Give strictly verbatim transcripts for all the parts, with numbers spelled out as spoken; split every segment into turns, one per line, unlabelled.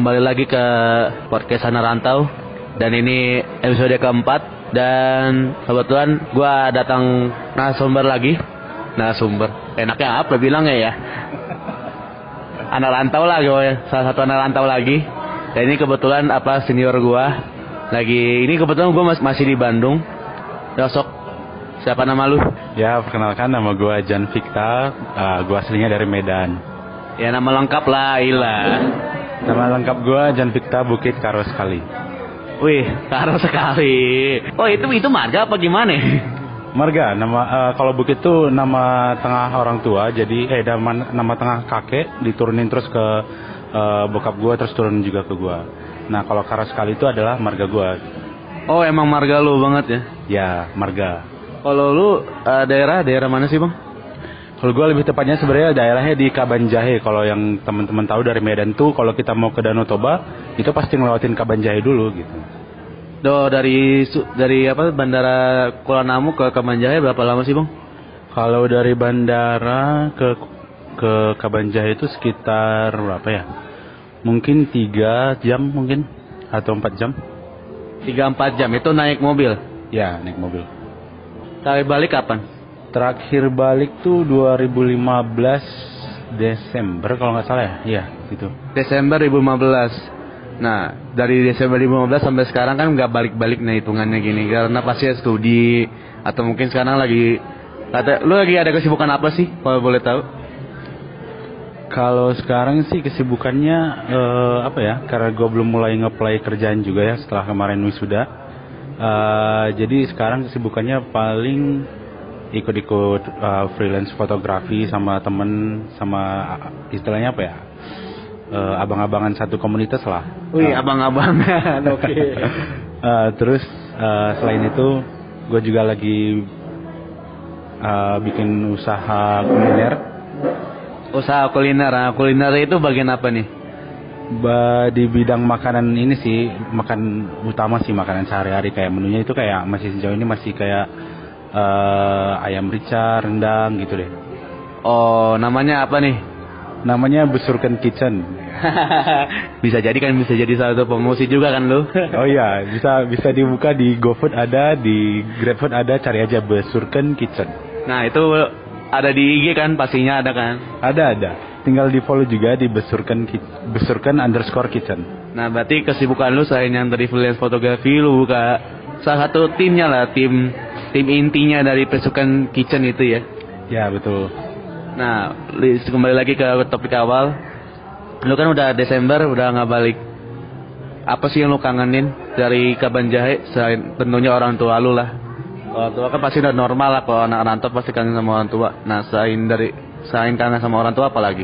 kembali lagi ke podcast Sana Rantau. Dan ini episode keempat. Dan kebetulan gue datang narasumber lagi. Narasumber, enaknya apa bilangnya ya? Anak rantau lah gue, salah satu anak rantau lagi. Dan ini kebetulan apa senior gue. Lagi, ini kebetulan gue mas- masih di Bandung. Besok, siapa nama lu?
Ya, perkenalkan nama gue Jan Victa. uh, Gue aslinya dari Medan.
Ya nama lengkap lah, Ila.
Nama lengkap gue Jan Victa Bukit Karo Sekali.
Wih, karo sekali. Oh itu itu marga apa gimana?
Marga, nama uh, kalau Bukit itu nama tengah orang tua. Jadi eh nama, nama tengah kakek diturunin terus ke uh, bokap gue, terus turun juga ke gue. Nah kalau Karo Sekali itu adalah marga gue.
Oh emang marga lu banget ya?
Ya, marga.
Kalau lu uh, daerah daerah mana sih bang?
Kalau gue lebih tepatnya sebenarnya daerahnya di Kabanjahe. Kalau yang teman-teman tahu dari Medan tuh, kalau kita mau ke Danau Toba itu pasti ngelewatin Kabanjahe dulu gitu.
Do dari dari apa bandara Kuala Namu ke Kabanjahe berapa lama sih bang?
Kalau dari bandara ke ke Kabanjahe itu sekitar berapa ya? Mungkin tiga jam mungkin atau empat jam.
Tiga empat jam itu naik mobil?
Ya naik mobil.
Terakhir balik kapan?
Terakhir balik tuh dua ribu lima belas Desember kalau nggak salah ya. Iya gitu.
Desember dua ribu lima belas. Nah dari Desember dua ribu lima belas sampai sekarang kan nggak balik-balik nih hitungannya gini. Karena pasti studi atau mungkin sekarang lagi kata, lu lagi ada kesibukan apa sih kalau boleh tahu?
Kalau sekarang sih kesibukannya eh, apa ya? Karena gue belum mulai nge-apply kerjaan juga ya setelah kemarin wisuda. Uh, jadi sekarang kesibukannya paling ikut-ikut uh, freelance fotografi sama temen, sama istilahnya apa ya? Uh, abang-abangan satu komunitas lah.
Wih,
uh,
abang-abangan. Oke. Okay.
uh, terus uh, selain itu gue juga lagi uh, bikin usaha kuliner.
Usaha kuliner, nah, kuliner itu bagian apa nih?
Ba, di bidang makanan ini sih, makan utama sih makanan sehari-hari, kayak menunya itu kayak masih sejauh ini masih kayak uh, ayam rica, rendang gitu deh.
Oh, namanya apa nih?
Namanya Besurken Kitchen.
Bisa jadi kan, bisa jadi salah satu promosi juga kan lu?
Oh iya, bisa bisa dibuka di GoFood ada, di GrabFood ada, cari aja Besurken Kitchen.
Nah itu ada di I G kan, pastinya ada kan?
Ada ada. Tinggal di follow juga di Besurken Besurken underscore Kitchen.
Nah berarti kesibukan lu selain yang dari freelance fotografi, lu buka salah satu timnya lah, tim tim intinya dari Besurken Kitchen itu ya?
Ya betul.
Nah kembali lagi ke topik awal, lu kan udah Desember udah nggak balik. Apa sih yang lu kangenin dari Kabanjahe selain tentunya orang tua lu lah? Orang tua kan pasti udah normal lah, kalau anak rantau pasti kangen sama orang tua. Nah selain dari selain kangen sama orang tua apa lagi?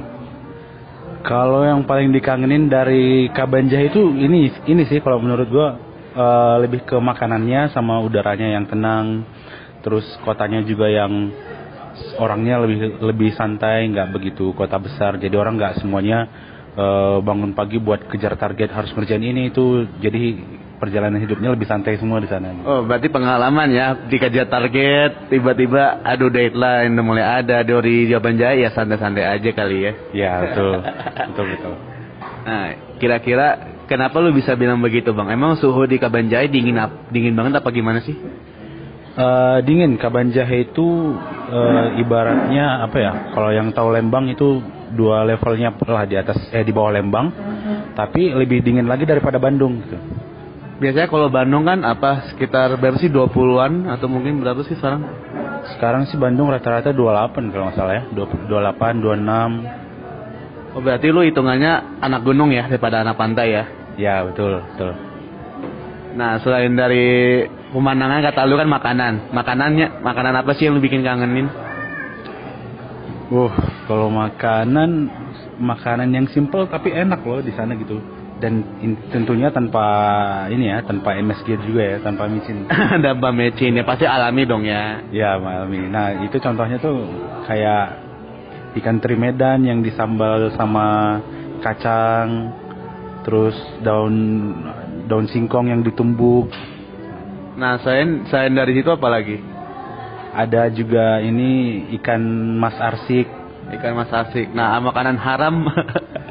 Kalau yang paling dikangenin dari Kabanjahe itu ini ini sih kalau menurut gua uh, lebih ke makanannya sama udaranya yang tenang, terus kotanya juga yang orangnya lebih lebih santai, nggak begitu kota besar. Jadi orang nggak semuanya uh, bangun pagi buat kejar target harus ngerjain ini itu. Jadi perjalanan hidupnya lebih santai semua di sana.
Oh, berarti pengalaman ya, dikejar target, tiba-tiba aduh deadline udah mulai ada dari Kabanjahe ya santai-santai aja kali ya.
Ya, betul. betul betul.
Nah, kira-kira kenapa lu bisa bilang begitu, Bang? Emang suhu di Kabanjahe dingin dingin banget apa gimana sih?
Uh, dingin. Kabanjahe itu uh, ibaratnya apa ya? Kalau yang tahu Lembang itu dua levelnya lah di atas eh di bawah Lembang, tapi lebih dingin lagi daripada Bandung gitu.
Biasanya kalau Bandung kan apa sekitar berapa sih, dua puluhan atau mungkin berapa sih sekarang?
Sekarang sih Bandung rata-rata dua puluh delapan kalau nggak salah ya, dua puluh delapan, dua puluh enam.
Oh berarti lu hitungannya anak gunung ya daripada anak pantai ya?
Ya betul, betul.
Nah selain dari pemandangan, kata lu kan makanan. Makanannya, makanan apa sih yang lu bikin kangenin?
Uh, kalau makanan, makanan yang simple tapi enak loh di sana gitu. Dan in, tentunya tanpa ini ya, tanpa M S G juga ya, tanpa micin.
Tanpa micin ya, pasti alami dong ya.
Ya alami. Nah itu contohnya tuh kayak ikan teri Medan yang disambal sama kacang, terus daun daun singkong yang ditumbuk.
Nah selain selain dari situ apa lagi?
Ada juga ini ikan mas arsik.
Ikan mas arsik. Nah makanan haram.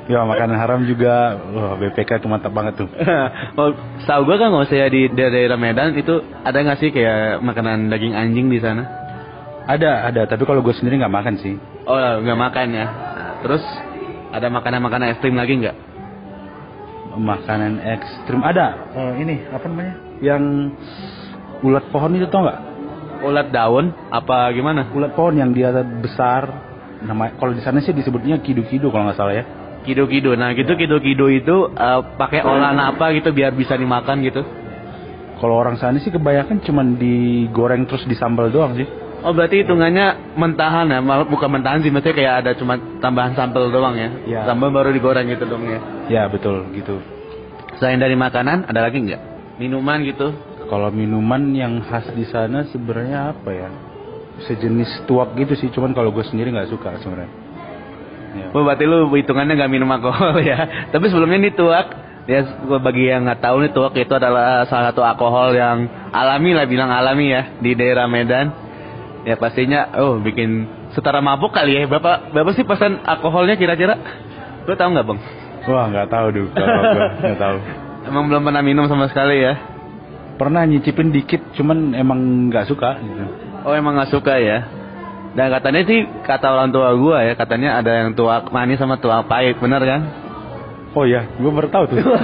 Ya makanan haram juga, wah B P K tuh mantap banget tuh.
Oh, tahu gue kan nggak usah di daerah Medan itu ada nggak sih kayak makanan daging anjing di sana?
Ada, ada. Tapi kalau gue sendiri nggak makan sih.
Oh, nggak makan ya. Nah, terus ada makanan-makanan ekstrim lagi nggak?
Makanan ekstrim ada. Uh, ini apa namanya? Yang ulat pohon itu tau nggak?
Ulat daun apa gimana?
Ulat pohon yang dia besar. Nama kalau di sana sih disebutnya kidu-kidu kalau nggak salah ya.
Kido-kido. Nah, gitu kido-kido itu uh, pakai olahan apa gitu biar bisa dimakan gitu?
Kalau orang sana sih kebanyakan cuman digoreng terus disambal doang sih.
Oh, berarti hitungannya mentahan ya? Malah bukan mentahan sih, maksudnya kayak ada cuma tambahan sambal doang ya?
Ya.
Sambal baru digoreng gitu dong ya?
Ya, betul gitu.
Selain dari makanan, ada lagi nggak? Minuman gitu?
Kalau minuman yang khas di sana sebenarnya apa ya? Sejenis tuak gitu sih, cuman kalau gue sendiri nggak suka sebenarnya. Ya.
Oh, berarti lu hitungannya nggak minum alkohol ya? Tapi sebelumnya nih tuak, ya bagi yang nggak tahu nih tuak itu adalah salah satu alkohol yang alami lah, bilang alami ya di daerah Medan. Ya pastinya, oh bikin setara mabuk kali ya. Berapa berapa sih pesan alkoholnya kira-kira? Lu tahu nggak bang?
Wah nggak tahu dulu, kalau gue nggak tahu.
Emang belum pernah minum sama sekali ya?
Pernah nyicipin dikit, cuman emang nggak suka gitu.
Oh emang nggak suka ya? Dan katanya sih, kata orang tua gue ya, katanya ada yang tuak manis sama tuak pahit, bener kan?
Oh ya, gue baru tahu tuh.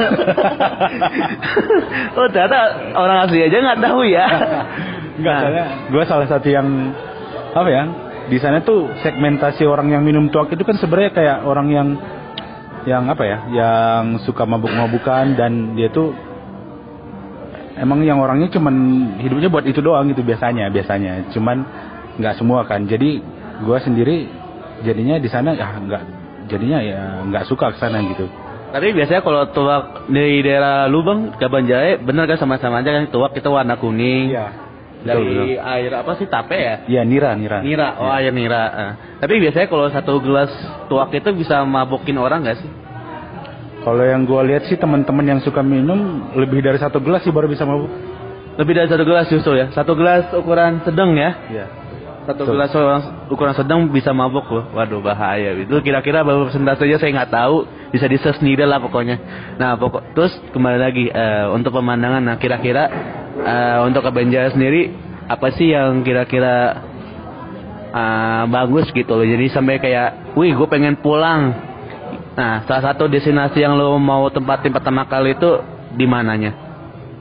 Oh ternyata orang asli aja nggak tahu ya?
Nggak, nah. Gue salah satu yang apa ya? Di sana tuh segmentasi orang yang minum tuak itu kan sebenarnya kayak orang yang yang apa ya? Yang suka mabuk-mabukan dan dia tuh emang yang orangnya cuman hidupnya buat itu doang gitu biasanya, biasanya. Cuman nggak semua kan, jadi gue sendiri jadinya di sana ya nggak, jadinya ya nggak suka ke sana gitu.
Tapi biasanya kalau tuak di daerah Lubang, Kabanjahe, bener kan sama-sama aja kan, tuak itu warna kuning.
Iya.
Dari
betul, betul.
air apa sih, tape ya?
Iya, nira, nira.
Nira, oh ya. Air nira. Uh. Tapi biasanya kalau satu gelas tuak itu bisa mabukin orang nggak sih?
Kalau yang gue lihat sih teman-teman yang suka minum lebih dari satu gelas sih baru bisa mabuk.
Lebih dari satu gelas justru ya? Satu gelas ukuran sedang ya?
Iya.
Satu Betul. Gelas ukuran sedang bisa mabuk loh. Waduh bahaya. Itu kira-kira berapa persentasenya saya nggak tahu. Bisa di search sendiri lah pokoknya. Nah pokok terus kembali lagi uh, untuk pemandangan. Nah kira-kira uh, untuk Kabanjahe sendiri apa sih yang kira-kira uh, bagus gitu loh. Jadi sampai kayak, wih gue pengen pulang. Nah salah satu destinasi yang lo mau tempatin pertama kali itu di mananya?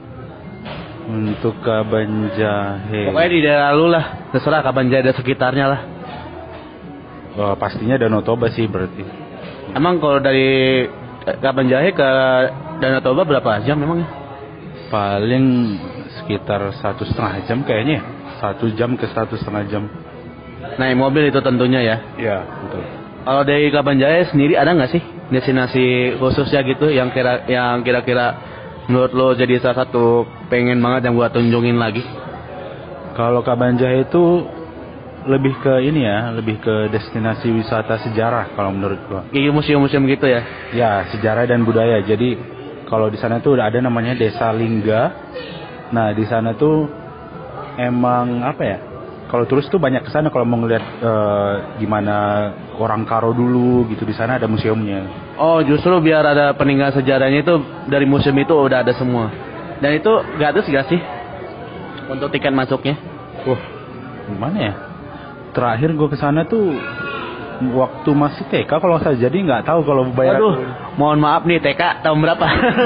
Untuk Kabanjahe.
Pokoknya di daerah lu lah, terserah Kabanjahe dan sekitarnya lah.
Oh, pastinya Danau Toba sih berarti.
Emang kalau dari Kabanjahe ke Danau Toba berapa jam memang?
Paling sekitar satu setengah jam kayaknya. Satu jam ke satu setengah jam.
Naik mobil itu tentunya ya?
Iya betul.
Kalau dari Kabanjahe sendiri ada nggak sih destinasi khususnya gitu yang kira yang kira-kira menurut lo jadi salah satu pengen banget yang gua tunjungin lagi?
Kalau Kabanjahe itu lebih ke ini ya, lebih ke destinasi wisata sejarah kalau menurut gua.
Kayak museum-museum gitu ya?
Ya, sejarah dan budaya. Jadi kalau di sana tuh ada namanya Desa Lingga. Nah, di sana tuh emang apa ya? Kalau turis tuh banyak ke sana kalau mau ngeliat uh, gimana orang Karo dulu gitu, di sana ada museumnya.
Oh, justru biar ada peninggalan sejarahnya itu dari museum itu udah ada semua. Dan itu gratis gak sih untuk tiket masuknya?
Wah, gimana ya? Terakhir gue kesana tuh waktu masih T K kalau saya, jadi nggak tahu kalau bayar.
Aduh, mohon maaf nih T K tahun berapa?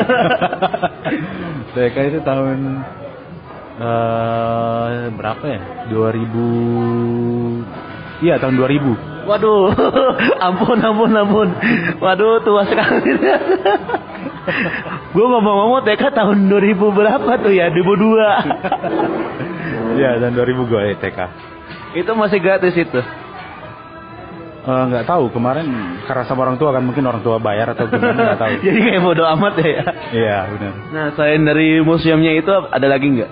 T K itu tahun uh, berapa ya? dua ribu. Iya, tahun dua ribu.
Waduh, ampun, ampun, ampun. Waduh, tua sekali. Gue ngomong-ngomong T K tahun dua ribu berapa tuh ya? dua ribu dua.
Iya, tahun dua ribu gue ya T K.
Itu masih gratis itu?
Uh, nggak tahu, kemarin karena sama orang tua kan, mungkin orang tua bayar atau gimana, nggak tahu.
Jadi kayak bodo amat ya?
Iya, benar.
Nah, selain dari museumnya itu ada lagi nggak?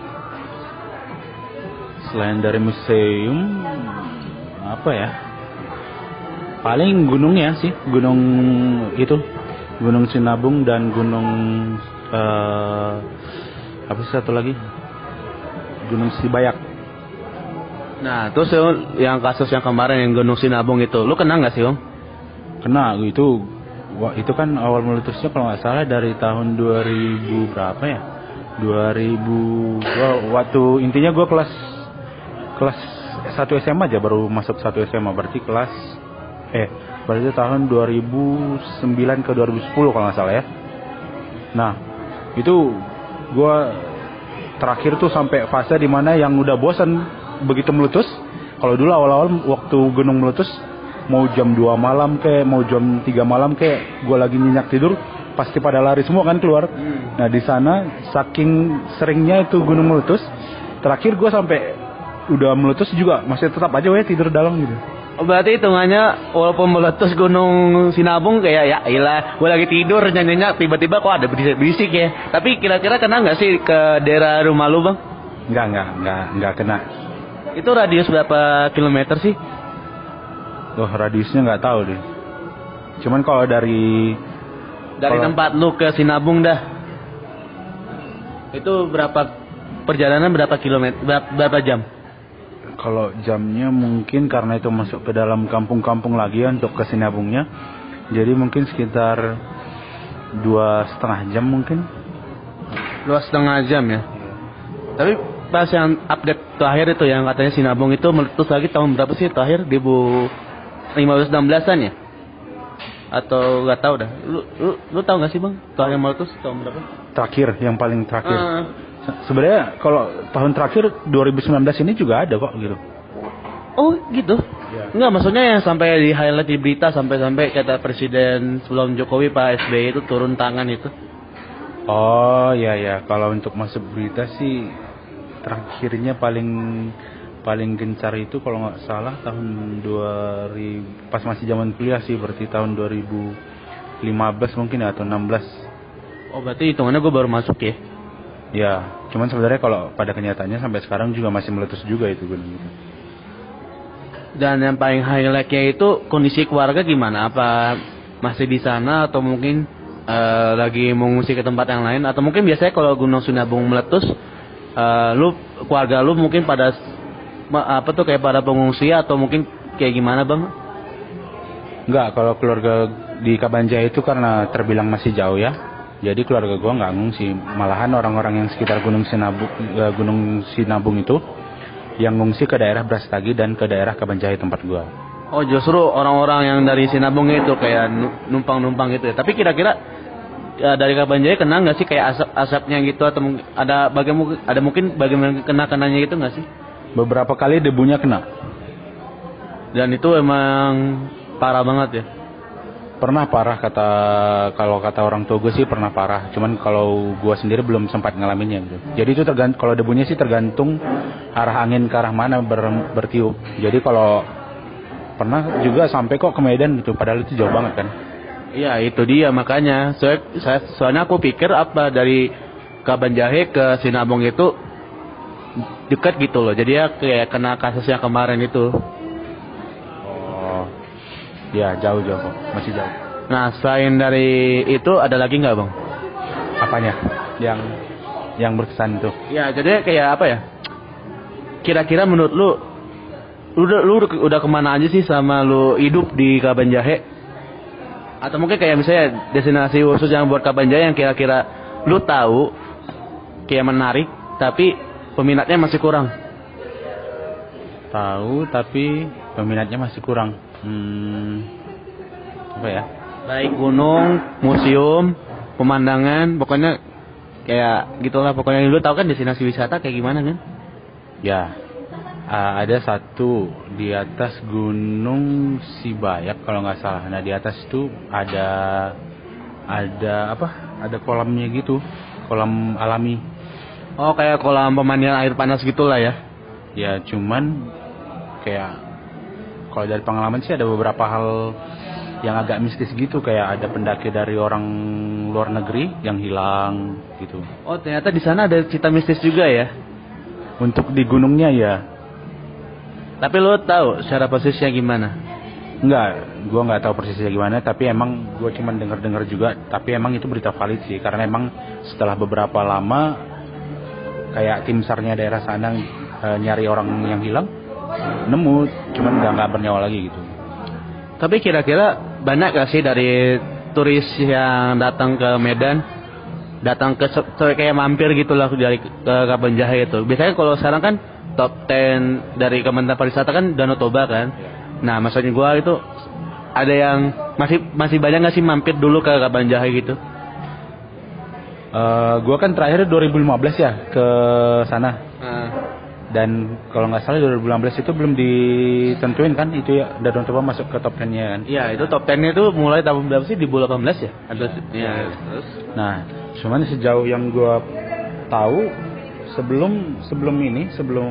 Selain dari museum, apa ya? Paling gunungnya sih, gunung itu, Gunung Sinabung dan gunung uh, apa sih satu lagi? Gunung Sibayak.
Nah, terus yang kasus yang kemarin yang Gunung Sinabung itu, lu kenal nggak sih Om?
Kena, itu Wah, itu kan awal meletusnya kalau nggak salah dari tahun dua ribu berapa ya? dua ribu gua waktu intinya gua kelas kelas satu S M A aja baru masuk satu S M A, berarti kelas eh berarti tahun dua ribu sembilan ke dua ribu sepuluh kalau nggak salah ya. Nah, itu gua terakhir tuh sampai fase dimana yang udah bosan begitu meletus. Kalau dulu awal-awal waktu gunung meletus mau jam dua malam kayak mau jam tiga malam kayak gue lagi nyenyak tidur pasti pada lari semua kan keluar. Hmm. Nah di sana saking seringnya itu gunung meletus, terakhir gue sampai udah meletus juga masih tetap aja we tidur dalam gitu.
Oh, berarti hitungannya walaupun meletus gunung Sinabung kayak ya ilah gue lagi tidur nyenyak tiba-tiba kok ada berisik-berisik ya. Tapi kira-kira kena nggak sih ke daerah rumah lu bang?
Nggak nggak nggak nggak kena.
Itu radius berapa kilometer sih?
Oh radiusnya nggak tahu deh. Cuman kalau dari
dari kalau... tempat lu ke Sinabung dah, itu berapa perjalanan berapa kilometer berapa, berapa jam?
Kalau jamnya mungkin karena itu masuk ke dalam kampung-kampung lagi ya untuk ke Sinabungnya, jadi mungkin sekitar dua setengah jam mungkin.
Dua setengah jam ya. Tapi pas yang update terakhir itu yang katanya Sinabung itu meletus lagi tahun berapa sih terakhir? dua ribu lima belas enam belasan ya? Atau nggak tahu dah. Lu lu lu tahu nggak sih bang? Terakhir meletus tahun berapa?
Terakhir, yang paling terakhir.
Uh.
Sebenarnya kalau tahun terakhir dua ribu sembilan belas ini juga ada kok gitu.
Oh gitu? Ya. Enggak, maksudnya yang sampai di highlight di berita sampai-sampai kata Presiden sebelum Jokowi Pak S B Y itu turun tangan itu.
Oh iya ya, kalau untuk masuk berita sih terakhirnya paling paling gencar itu kalau nggak salah tahun dua ribu pas masih zaman kuliah sih, berarti tahun dua ribu lima belas mungkin atau enam belas.
Oh berarti hitungannya gue baru masuk ya?
Ya, cuman sebenarnya kalau pada kenyataannya sampai sekarang juga masih meletus juga itu gunung itu.
Dan yang paling highlightnya itu kondisi keluarga gimana? Apa masih di sana atau mungkin uh, lagi mengungsi ke tempat yang lain? Atau mungkin biasanya kalau Gunung Sinabung meletus, uh, lu keluarga lu mungkin pada apa tuh kayak pada pengungsi atau mungkin kayak gimana bang?
Enggak, kalau keluarga di Kabanjai itu karena terbilang masih jauh ya. Jadi keluarga gue nggak ngungsi, malahan orang-orang yang sekitar Gunung Sinabung, uh, Gunung Sinabung itu yang ngungsi ke daerah Brastagi dan ke daerah Kabanjai tempat gue.
Oh justru orang-orang yang dari Sinabung itu kayak numpang-numpang gitu ya. Tapi kira-kira ya, dari Kabanjai kena nggak sih kayak asap-asapnya gitu atau ada bagaimana ada mungkin bagaimana kena-kenanya gitu nggak sih?
Beberapa kali debunya kena.
Dan itu emang parah banget ya.
Pernah parah kata kalau kata orang tua gue sih pernah parah. Cuman kalau gue sendiri belum sempat ngalaminnya gitu. Jadi itu tergantung, kalau debunya sih tergantung arah angin ke arah mana ber, bertiup. Jadi kalau pernah juga sampai kok ke Medan gitu, padahal itu jauh banget kan.
Iya itu dia makanya. So, saya, soalnya aku pikir apa dari Kabanjahe ke Sinabung itu dekat gitu loh. Jadi ya kayak kena kasus yang kemarin itu.
Ya jauh jauh kok, masih jauh.
Nah selain dari itu ada lagi nggak bang?
Apanya? Yang yang berkesan itu?
Ya jadi kayak apa ya? Kira-kira menurut lu, lu, lu udah kemana aja sih sama lu hidup di Kabanjahe? Atau mungkin kayak misalnya destinasi khusus yang buat Kabanjahe yang kira-kira lu tahu kayak menarik, tapi peminatnya masih kurang.
Tahu tapi peminatnya masih kurang. Hmm, apa ya?
Baik gunung, museum, pemandangan, pokoknya kayak gitulah. Pokoknya lu tahu kan destinasi wisata kayak gimana kan?
Ya, uh, ada satu di atas Gunung Sibayak kalau nggak salah. Nah di atas itu ada ada apa? Ada kolamnya gitu, kolam alami.
Oh kayak kolam pemandian air panas gitulah ya?
Ya cuman kayak kalau dari pengalaman sih ada beberapa hal yang agak mistis gitu, kayak ada pendaki dari orang luar negeri yang hilang gitu.
Oh ternyata di sana ada cerita mistis juga ya?
Untuk di gunungnya ya.
Tapi lo tahu secara posisinya gimana?
Enggak, gue nggak tahu persisnya gimana. Tapi emang gue cuma dengar-dengar juga. Tapi emang itu berita valid sih, karena emang setelah beberapa lama kayak tim sarnya daerah sana e, nyari orang yang hilang. Nemu, cuman udah nggak bernyawa lagi gitu.
Tapi kira-kira banyak gak sih dari turis yang datang ke Medan datang ke se- kayak mampir gitulah dari ke Kabanjahe itu. Biasanya kalau sekarang kan top sepuluh dari Kementerian Pariwisata kan Danau Toba kan. Nah, maksudnya gua itu ada yang masih masih banyak nggak sih mampir dulu ke Kabanjahe gitu?
Uh, gua kan terakhir dua ribu lima belas ya ke sana.
Uh.
Dan kalau nggak salah dua ribu lima belas itu belum ditentuin kan itu ya Danau Toba masuk ke top sepuluh-nya kan.
Iya, itu top sepuluh-nya itu mulai tahun berapa sih? Di dua ribu delapan belas ya? Ada ya, terus.
Nah, cuman sejauh yang gua tahu sebelum sebelum ini, sebelum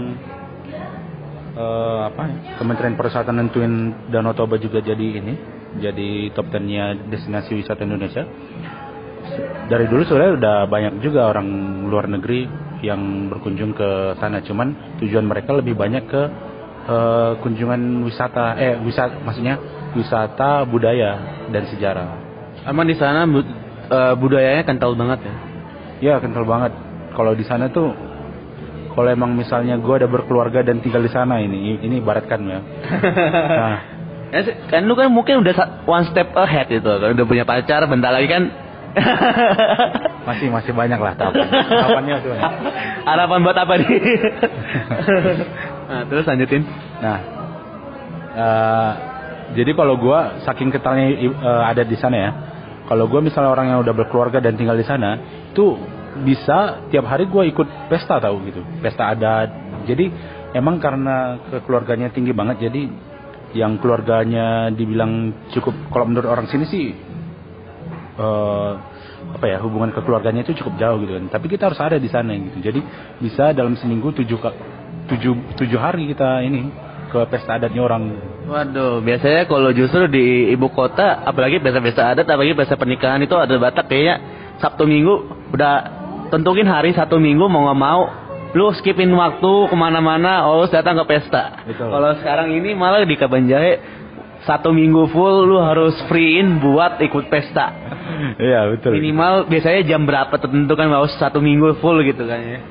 uh, apa ya? Kementerian Pariwisata nentuin Danau Toba juga jadi ini, jadi top sepuluh-nya destinasi wisata Indonesia. Dari dulu sebenarnya udah banyak juga orang luar negeri yang berkunjung ke sana, cuman tujuan mereka lebih banyak ke uh, kunjungan wisata, eh wisata maksudnya wisata budaya dan sejarah.
Emang di sana bu, uh, budayanya kental banget ya?
Ya kental banget. Kalau di sana tuh, kalau emang misalnya gue ada berkeluarga dan tinggal di sana ini, ini ibaratkan ya. Nah,
kan lu kan mungkin udah one step ahead itu, kan udah punya pacar, bentar lagi kan.
masih masih banyak lah tahapan. Tahapannya tuh.
Harapan buat apa nih? Nah, terus lanjutin.
Nah, uh, jadi kalau gue saking kentalnya uh, ada di sana ya. Kalau gue misalnya orang yang udah berkeluarga dan tinggal di sana, itu bisa tiap hari gue ikut pesta tahu gitu, pesta adat. Jadi emang karena kekeluarganya tinggi banget, jadi yang keluarganya dibilang cukup, kalau menurut orang sini sih Uh, apa ya hubungan kekeluarganya itu cukup jauh gitu kan. Tapi kita harus ada di sana gitu. Jadi bisa dalam seminggu tujuh tujuh tujuh hari kita ini ke pesta adatnya orang.
Waduh, biasanya kalau justru di ibu kota, apalagi pesta-pesta adat, apalagi pesta pernikahan itu ada Batak kayaknya Sabtu Minggu udah tentuin hari satu minggu mau nggak mau lu skipin waktu kemana-mana, oh datang ke pesta. Kalau sekarang ini malah di Kabanjahe satu minggu full lu harus free-in buat ikut pesta.
Iya betul.
Minimal biasanya jam berapa tertentu kan harus satu minggu full gitu kan ya.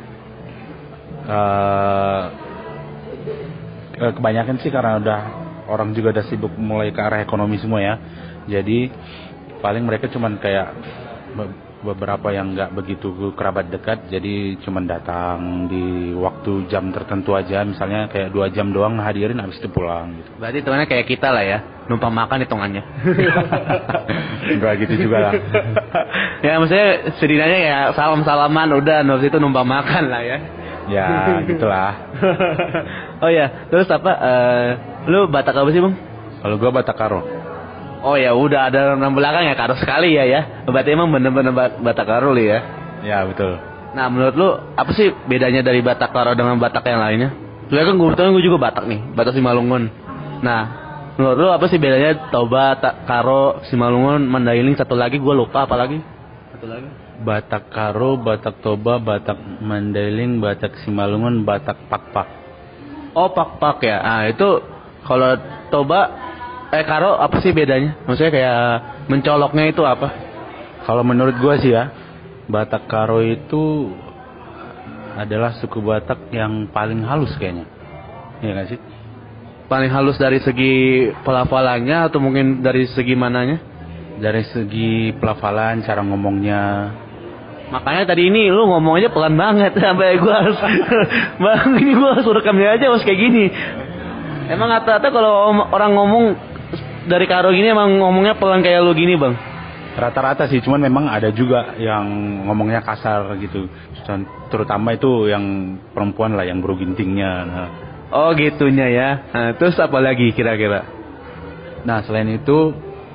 Uh, kebanyakan sih karena udah orang juga udah sibuk mulai ke arah ekonomi semua ya. Jadi paling mereka cuman kayak beberapa yang nggak begitu kerabat dekat, jadi cuman datang di waktu jam tertentu aja, misalnya kayak dua jam doang hadirin habis itu pulang gitu.
Berarti temannya kayak kita lah ya, numpang makan hitungannya.
Enggak gitu juga lah.
Ya maksudnya setidaknya ya salam-salaman udah, habis itu numpang makan lah ya.
Ya gitulah.
Oh ya, terus apa? Uh, lu Batak apa sih bang?
Kalau gua Batak Karo.
Oh ya udah ada nama belakang ya, Karo sekali ya ya. Berarti emang bener-bener Batak Karo ya.
Ya betul.
Nah menurut lu apa sih bedanya dari Batak Karo dengan Batak yang lainnya? Soalnya kan gue betul gue juga Batak nih, Batak Simalungun. Nah menurut lu apa sih bedanya Toba, Karo, Simalungun, Mandailing, satu lagi gue lupa apa lagi? Satu lagi.
Batak Karo, Batak Toba, Batak Mandailing, Batak Simalungun, Batak Pakpak.
Oh Pakpak ya. Ah itu kalau Toba Eh Karo apa sih bedanya? Maksudnya kayak mencoloknya itu apa?
Kalau menurut gua sih ya, Batak Karo itu adalah suku Batak yang paling halus kayaknya. Iya nggak sih?
Paling halus dari segi pelafalannya atau mungkin dari segi mananya?
Dari segi pelafalan, cara ngomongnya.
Makanya tadi ini lu ngomongnya pelan banget sampai gua harus bang ini gua harus rekamnya aja harus kayak gini. Emang rata-rata kalau orang ngomong dari Karo gini emang ngomongnya pelan kayak lu gini bang?
Rata-rata sih, cuman memang ada juga yang ngomongnya kasar gitu. Terutama itu yang perempuan lah, yang berugintingnya. Nah.
Oh gitunya ya. Nah, terus apa lagi kira-kira?
Nah selain itu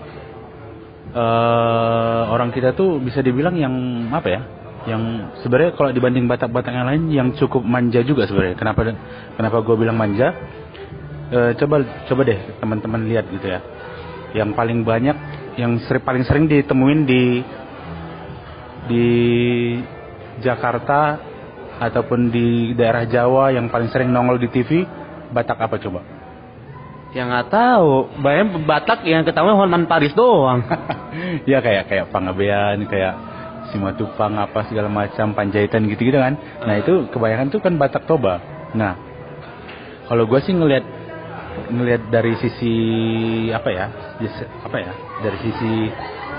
uh, orang kita tuh bisa dibilang yang apa ya? Yang sebenarnya kalau dibanding Batak-Batak yang lain yang cukup manja juga sebenarnya. Kenapa? Kenapa gue bilang manja? Uh, coba coba deh teman-teman lihat gitu ya. Yang paling banyak, yang seri, paling sering ditemuin di di Jakarta ataupun di daerah Jawa yang paling sering nongol di T V, Batak apa coba?
Yang nggak tahu, banyak Batak yang ketahuan Hotman Paris doang.
Ya kayak kayak Pangabean, kayak Simatupang apa segala macam, Panjaitan gitu-gitu kan. Nah itu kebanyakan tuh kan Batak Toba. Nah kalau gue sih ngelihat ngelihat dari sisi apa ya, apa ya, dari sisi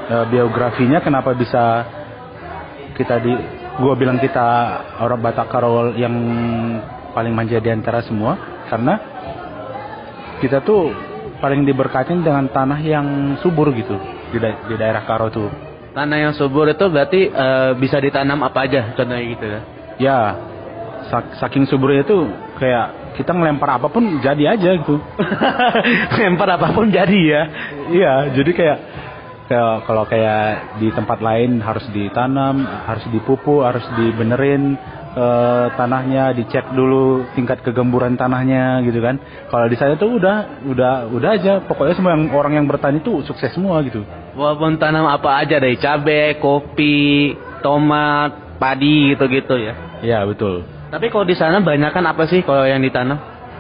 uh, biografinya kenapa bisa kita di gua bilang kita orang Batak Karo yang paling manja di antara semua, karena kita tuh paling diberkatin dengan tanah yang subur gitu di, da- di daerah Karo tuh.
Tanah yang subur itu berarti uh, bisa ditanam apa aja contohnya gitu ya?
Ya, sak- saking suburnya tuh kayak kita ngelempar apapun jadi aja gitu.
Lempar apapun jadi ya.
Iya, jadi kayak kayak kalau kayak di tempat lain harus ditanam, harus dipupuk, harus dibenerin eh, tanahnya, dicek dulu tingkat kegemburan tanahnya gitu kan. Kalau di sana tuh udah udah udah aja, pokoknya semua yang orang yang bertani tuh sukses semua gitu.
Walaupun tanam apa aja dari cabai, kopi, tomat, padi gitu-gitu ya.
Iya, betul.
Tapi kalau di sana banyak kan apa sih kalau yang ditanam?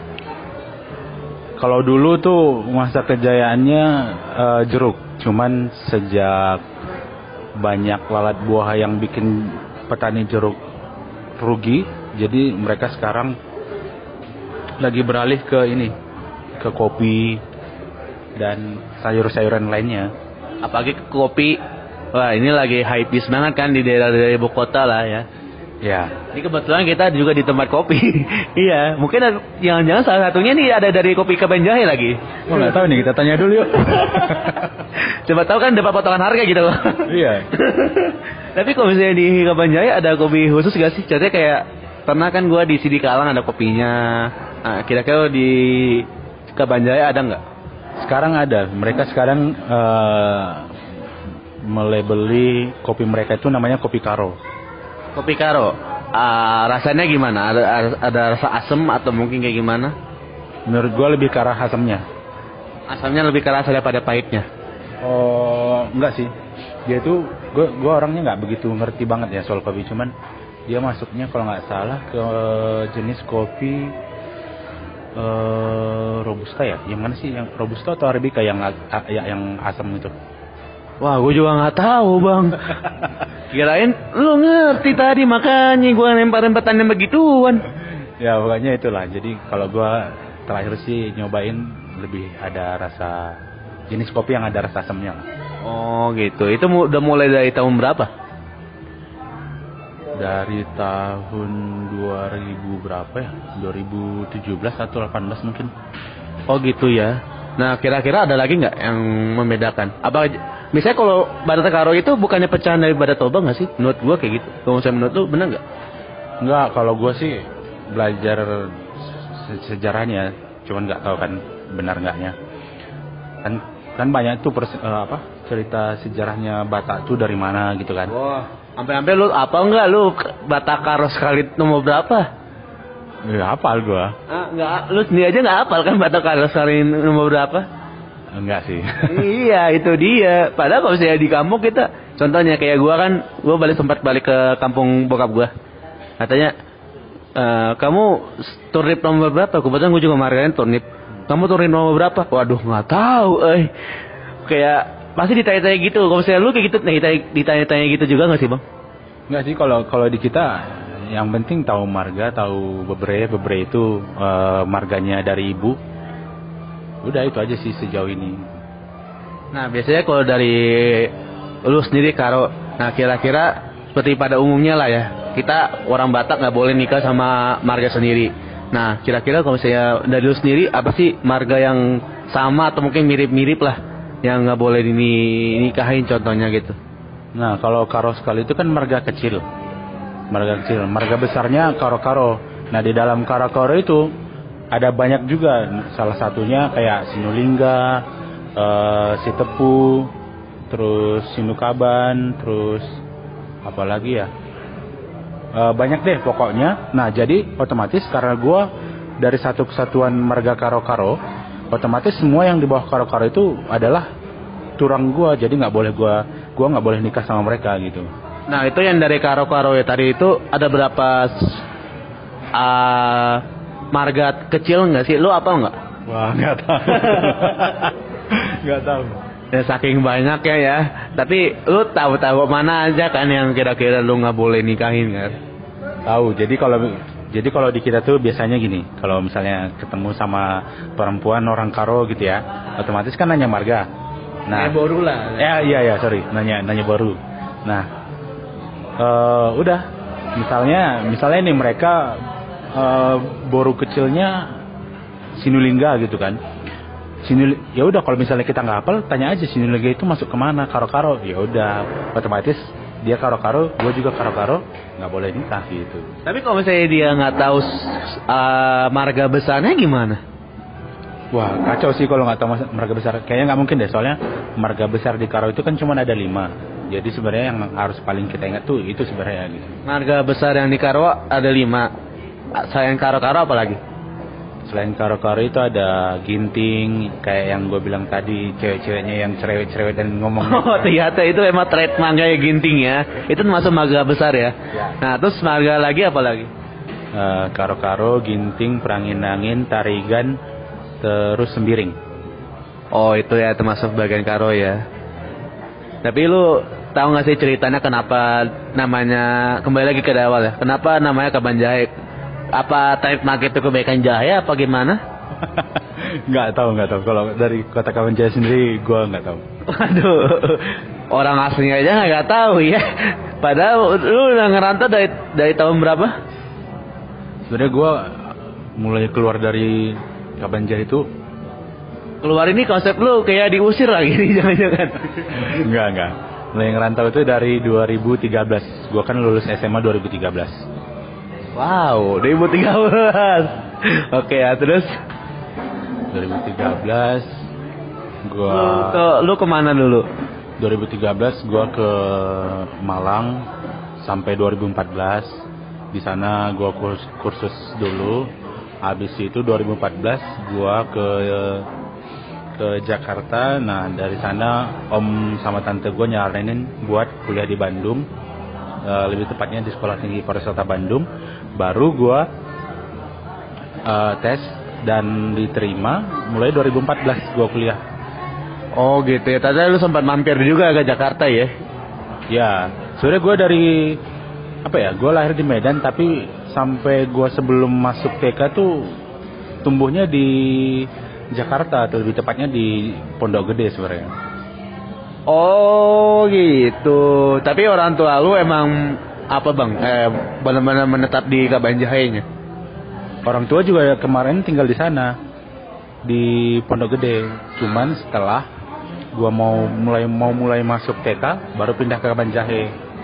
Kalau dulu tuh masa kejayaannya eh, jeruk, cuman sejak banyak lalat buah yang bikin petani jeruk rugi, jadi mereka sekarang lagi beralih ke ini, ke kopi dan sayur-sayuran lainnya.
Apalagi kopi. Wah, ini lagi hype banget kan di daerah-daerah ibu kota lah ya.
Ya,
Ini kebetulan kita juga di tempat kopi. Iya, mungkin ada- jangan-jangan salah satunya nih ada dari kopi Kaban Jahe lagi.
oh nggak tahu nih, kita tanya dulu yuk.
Coba tahu kan dapat potongan harga gitu loh.
Iya.
Tapi kalau misalnya di Kaban Jahe ada kopi khusus gak sih? Contohnya kayak pernah kan gua di Sidi Kalang ada kopinya. Nah, kira-kira di Kaban Jahe ada nggak?
Sekarang ada, mereka sekarang eh, melabeli kopi mereka itu namanya kopi Karo.
Kopi Karo. Ah, rasanya gimana? Ada, ada ada rasa asam atau mungkin kayak gimana?
Menurut gua lebih ke arah asamnya.
Asamnya lebih keras daripada pahitnya.
Oh, enggak sih. Dia itu gua gua orangnya nggak begitu ngerti banget ya soal kopi, cuman dia masuknya kalau nggak salah ke jenis kopi eh robusta ya. Yang mana sih, yang robusta atau arabica yang a- yang, yang asam itu?
Wah, gue juga nggak tahu bang. Kirain lu ngerti tadi makanya gue lemparin pertanyaan begituan.
Ya pokoknya itulah. Jadi kalau gua terakhir sih nyobain lebih ada rasa jenis kopi yang ada rasa asamnya lah.
Oh gitu. Itu mu- udah mulai dari tahun berapa?
Dari tahun dua ribu berapa ya? dua ribu tujuh belas atau delapan belas mungkin.
Oh gitu ya. Nah kira-kira ada lagi nggak yang membedakan? Apa misalnya kalau Badak Karo itu bukannya pecahan dari Badak Toba nggak sih? Menurut gue kayak gitu. Kalau misalnya menurut lu benar nggak?
Enggak, kalau gua sih belajar se- sejarahnya, cuman nggak tahu kan benar nggaknya. Kan kan banyak tuh pers- eh, apa cerita sejarahnya Batak tuh dari mana gitu kan.
Wah. Sampai-sampai lu apa enggak lu Batak Karo sekali nomor berapa?
Ya hafal gua.
Ah, enggak, lu sendiri aja nggak hafal kan Batak Karo sekali nomor berapa?
Enggak sih.
Iya itu dia. Padahal kalau misalnya di kampung kita, contohnya kayak gua kan, gua balik sempat balik ke kampung bokap gua. Katanya, e, kamu turnip nomor berapa? Kebetulan gua juga margain turnip. Kamu turnip nomor berapa? Waduh nggak tahu, eh. Kayak pasti ditanya-tanya gitu. Kalau misalnya lu kayak gitu, nih ditanya-tanya gitu juga nggak sih bang?
Enggak sih, kalau kalau di kita yang penting tahu marga, tahu bebre, bebre itu eh, marganya dari ibu. Udah itu aja sih sejauh ini.
Nah biasanya kalau dari lu sendiri Karo, nah kira-kira seperti pada umumnya lah ya, kita orang Batak nggak boleh nikah sama marga sendiri. Nah kira-kira kalau misalnya dari lu sendiri apa sih marga yang sama atau mungkin mirip-mirip lah yang nggak boleh dinikahin contohnya gitu?
Nah kalau Karo sekali itu kan marga kecil, marga kecil. Marga besarnya Karo-Karo. Nah di dalam Karo-Karo itu ada banyak juga. Salah satunya kayak Sinulingga, eh, Sitepu, terus Sinukaban, terus apa lagi ya? Eh, banyak deh pokoknya. Nah jadi otomatis karena gue dari satu kesatuan marga Karo-Karo, otomatis semua yang di bawah Karo-Karo itu adalah turang gue. Jadi nggak boleh gue, gue nggak boleh nikah sama mereka gitu.
Nah itu yang dari Karo-Karo ya tadi itu ada berapa uh, marga kecil nggak sih? Lu apa nggak?
Wah nggak tahu. Nggak tahu.
Ya saking banyaknya ya. Tapi lu tahu-tahu mana aja kan yang kira-kira lu nggak boleh nikahin kan?
Tahu. Jadi kalau jadi kalau di kita tuh biasanya gini, kalau misalnya ketemu sama perempuan orang Karo gitu ya, otomatis kan nanya marga. Nah,
kayak Boru lah.
Ya iya ya sorry nanya nanya Boru. Nah uh, udah misalnya misalnya nih mereka uh, Boru kecilnya Sinulingga gitu kan. Sinul ya udah kalau misalnya kita nggak hafal tanya aja Sinulingga itu masuk kemana karo-karo ya udah otomatis dia karo-karo gue juga karo-karo nggak boleh nikah gitu.
Tapi kalau misalnya dia nggak tahu uh, marga besarnya gimana?
Wah kacau sih kalau nggak tahu marga besar. Kayaknya nggak mungkin deh soalnya marga besar di Karo itu kan cuma ada lima. Jadi sebenarnya yang harus paling kita ingat tuh itu sebenarnya gitu.
Marga besar yang di Karo ada lima. Selain Karo-Karo apa lagi?
Selain Karo-Karo itu ada Ginting kayak yang gue bilang tadi cewek-ceweknya yang cerewet-cerewet dan ngomong.
Oh ternyata itu emang trademark kayak Ginting ya. Itu masuk marga besar ya. Nah terus marga lagi apa lagi?
Uh, Karo-Karo, Ginting, Perangin-angin, Tarigan, terus Sembiring.
Oh itu ya termasuk bagian Karo ya. Tapi lu tahu nggak sih ceritanya kenapa namanya kembali lagi ke awal ya? Kenapa namanya Kabanjahe? Apa trademark itu kebaikan jahe apa gimana?
Nggak tahu nggak tahu. Kalau dari kota Kabanjahe sendiri gue nggak tahu.
Waduh, orang aslinya aja nggak tahu ya. Padahal lu udah ngerantau dari dari tahun berapa?
Sebenarnya gue mulai keluar dari Kabanjahe itu.
Keluar ini konsep lu kayak diusir lagi nih jangan-jangan.
Enggak enggak. Mulai ngerantau itu dari dua ribu tiga belas. Gue kan lulus S M A dua ribu tiga belas.
Wow, dua ribu tiga belas. Oke ya, terus
dua ribu tiga belas gua
lu ke lu kemana dulu?
dua ribu tiga belas gua ke Malang sampai dua ribu empat belas. Di sana gua kursus, kursus dulu. Habis itu dua ribu empat belas gua ke ke Jakarta. Nah, dari sana om sama tante gua nyaranin buat kuliah di Bandung. Uh, lebih tepatnya di Sekolah Tinggi Pariwisata Bandung. Baru gua uh, tes dan diterima mulai dua ribu empat belas gua kuliah.
Oh gitu ya. Tadi lu sempat mampir juga ke Jakarta ya?
Ya, sebenarnya gua dari apa ya? Gua lahir di Medan tapi sampai gua sebelum masuk T K tuh tumbuhnya di Jakarta atau lebih tepatnya di Pondok Gede sebenarnya.
Oh gitu. Tapi orang tua lu emang apa bang? Eh benar-benar menetap di Kabanjahenya?
Orang tua juga kemarin tinggal di sana di Pondok Gede. Cuman setelah gua mau mulai mau mulai masuk T K baru pindah ke Kabanjahe.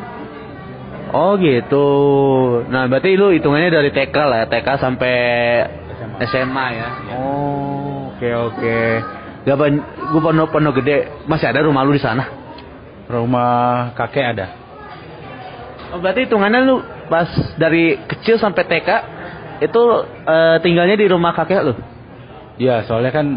Oh gitu. Nah berarti lu hitungannya dari T K lah, T K sampai S M A ya? Oh oke oke. Gak ban, gue pondok pondok gede masih ada rumah lu di sana?
Rumah kakek ada.
Oh, berarti hitungannya lu pas dari kecil sampai T K itu uh, tinggalnya di rumah kakek lu?
Ya soalnya kan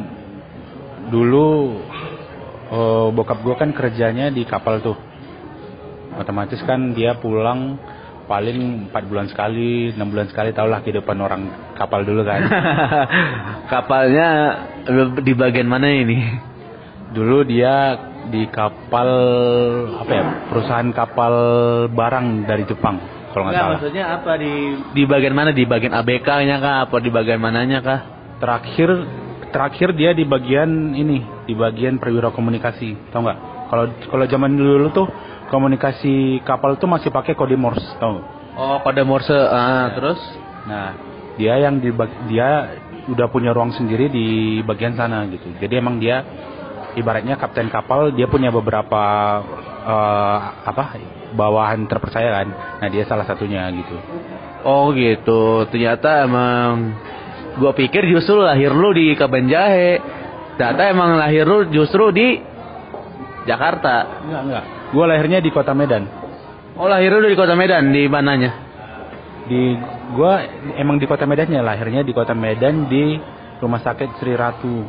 dulu uh, bokap gue kan kerjanya di kapal tuh. Otomatis kan dia pulang paling empat bulan sekali, enam bulan sekali, tau lah kehidupan orang kapal dulu kan.
Kapalnya di bagian mana ini?
Dulu dia di kapal apa ya? Perusahaan kapal barang dari Jepang kalau nggak salah.
Maksudnya apa di di bagian mana? Di bagian A B K-nya kah? Apa di bagian mananya kah?
Terakhir terakhir dia di bagian ini, di bagian perwira komunikasi, tau nggak? Kalau kalau zaman dulu tuh komunikasi kapal tuh masih pakai kode Morse, tau?
Oh, kode Morse. Ah, ya. Terus?
Nah, dia yang di dia udah punya ruang sendiri di bagian sana gitu. Jadi emang dia ibaratnya kapten kapal, dia punya beberapa uh, apa bawahan terpercaya kan. Nah, dia salah satunya gitu.
Oh, gitu. Ternyata emang gua pikir justru lahir lu di Kabanjahe. Ternyata emang lahir lu justru di Jakarta.
Enggak, enggak. Gua lahirnya di Kota Medan.
Oh, lahir lu di Kota Medan, di mananya?
Di gua emang di Kota Medannya, lahirnya di Kota Medan di Rumah Sakit Sri Ratu.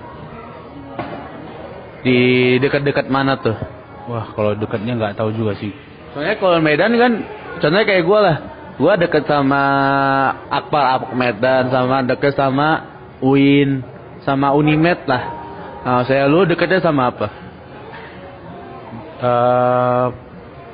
Di dekat-dekat mana tuh?
Wah, kalau dekatnya nggak tahu juga sih.
Soalnya kalau Medan kan, contohnya kayak gua lah. Gua deket sama Akpar Akpar Medan, sama deket sama U I N, sama Unimed lah. Nah, saya lu deketnya sama apa?
Uh,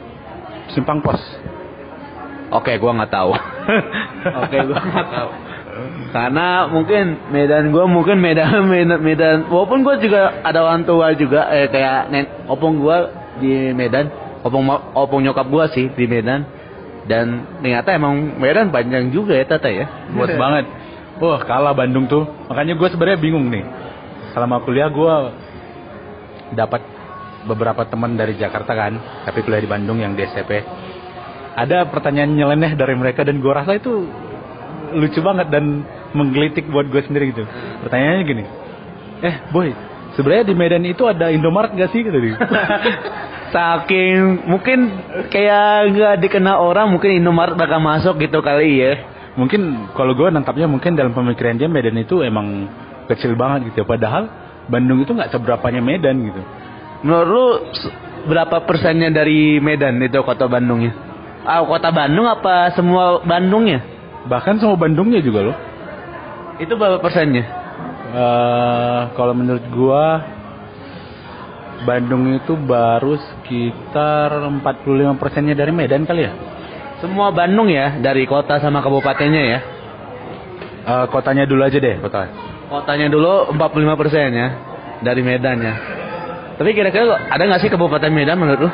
Simpang Pos.
Oke, gua nggak tahu. Oke, gua nggak tahu. Karena mungkin Medan gue mungkin Medan Medan, Medan. Walaupun gue juga ada orang tua juga eh, kayak nen, opung gue di Medan, opung opung nyokap gue sih di Medan. Dan ternyata emang Medan panjang juga ya Tata ya.
Luas banget. Wah kalah Bandung tuh. Makanya gue sebenarnya bingung nih. Selama kuliah gue dapat beberapa teman dari Jakarta kan, tapi kuliah di Bandung yang di S C P. Ada pertanyaan nyeleneh dari mereka dan gue rasa itu lucu banget dan menggelitik buat gue sendiri gitu. Pertanyaannya gini, eh boy, sebenarnya di Medan itu ada Indomaret gak sih? Gitu.
Saking mungkin kayak gak dikenal orang, mungkin Indomaret bakal masuk gitu kali ya.
Mungkin kalau gue nangkapnya mungkin dalam pemikiran dia Medan itu emang kecil banget gitu. Padahal Bandung itu nggak seberapanya Medan gitu.
Menurut lu berapa persennya dari Medan itu kota Bandungnya? Ah, kota Bandung apa semua Bandungnya?
Bahkan semua Bandungnya juga loh.
Itu berapa persennya?
Uh, kalau menurut gua Bandung itu baru sekitar empat puluh lima persennya dari Medan kali ya.
Semua Bandung ya, dari kota sama kabupatennya ya?
Uh, kotanya dulu aja deh, kota.
Kotanya dulu empat puluh lima persen ya, dari Medan ya. Tapi kira-kira ada nggak sih kabupaten Medan menurut lu?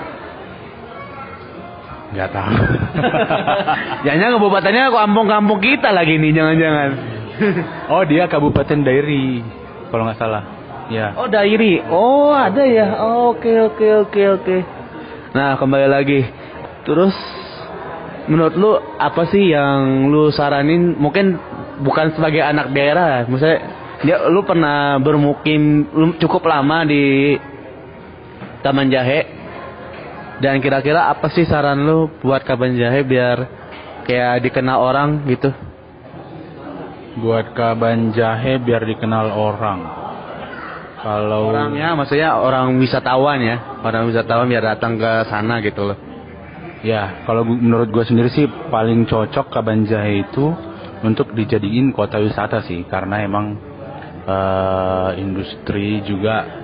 Nggak tahu.
Jangan kabupatennya kampung-kampung kita lagi nih, jangan-jangan.
Oh dia kabupaten Dairi, kalau nggak salah. Ya.
Oh Dairi, oh ada ya. Oke oke oke oke. Nah kembali lagi, terus menurut lu apa sih yang lu saranin? Mungkin bukan sebagai anak daerah, misalnya dia, lu pernah bermukim lu cukup lama di Kaban Jahe. Dan kira-kira apa sih saran lu buat Kaban Jahe biar kayak dikenal orang gitu?
Buat Kaban Jahe biar dikenal orang. Kalau
orangnya maksudnya orang wisatawan ya, orang wisatawan biar datang ke sana gitu loh.
Ya, kalau menurut gue sendiri sih paling cocok Kaban Jahe itu untuk dijadiin kota wisata sih, karena emang uh, industri juga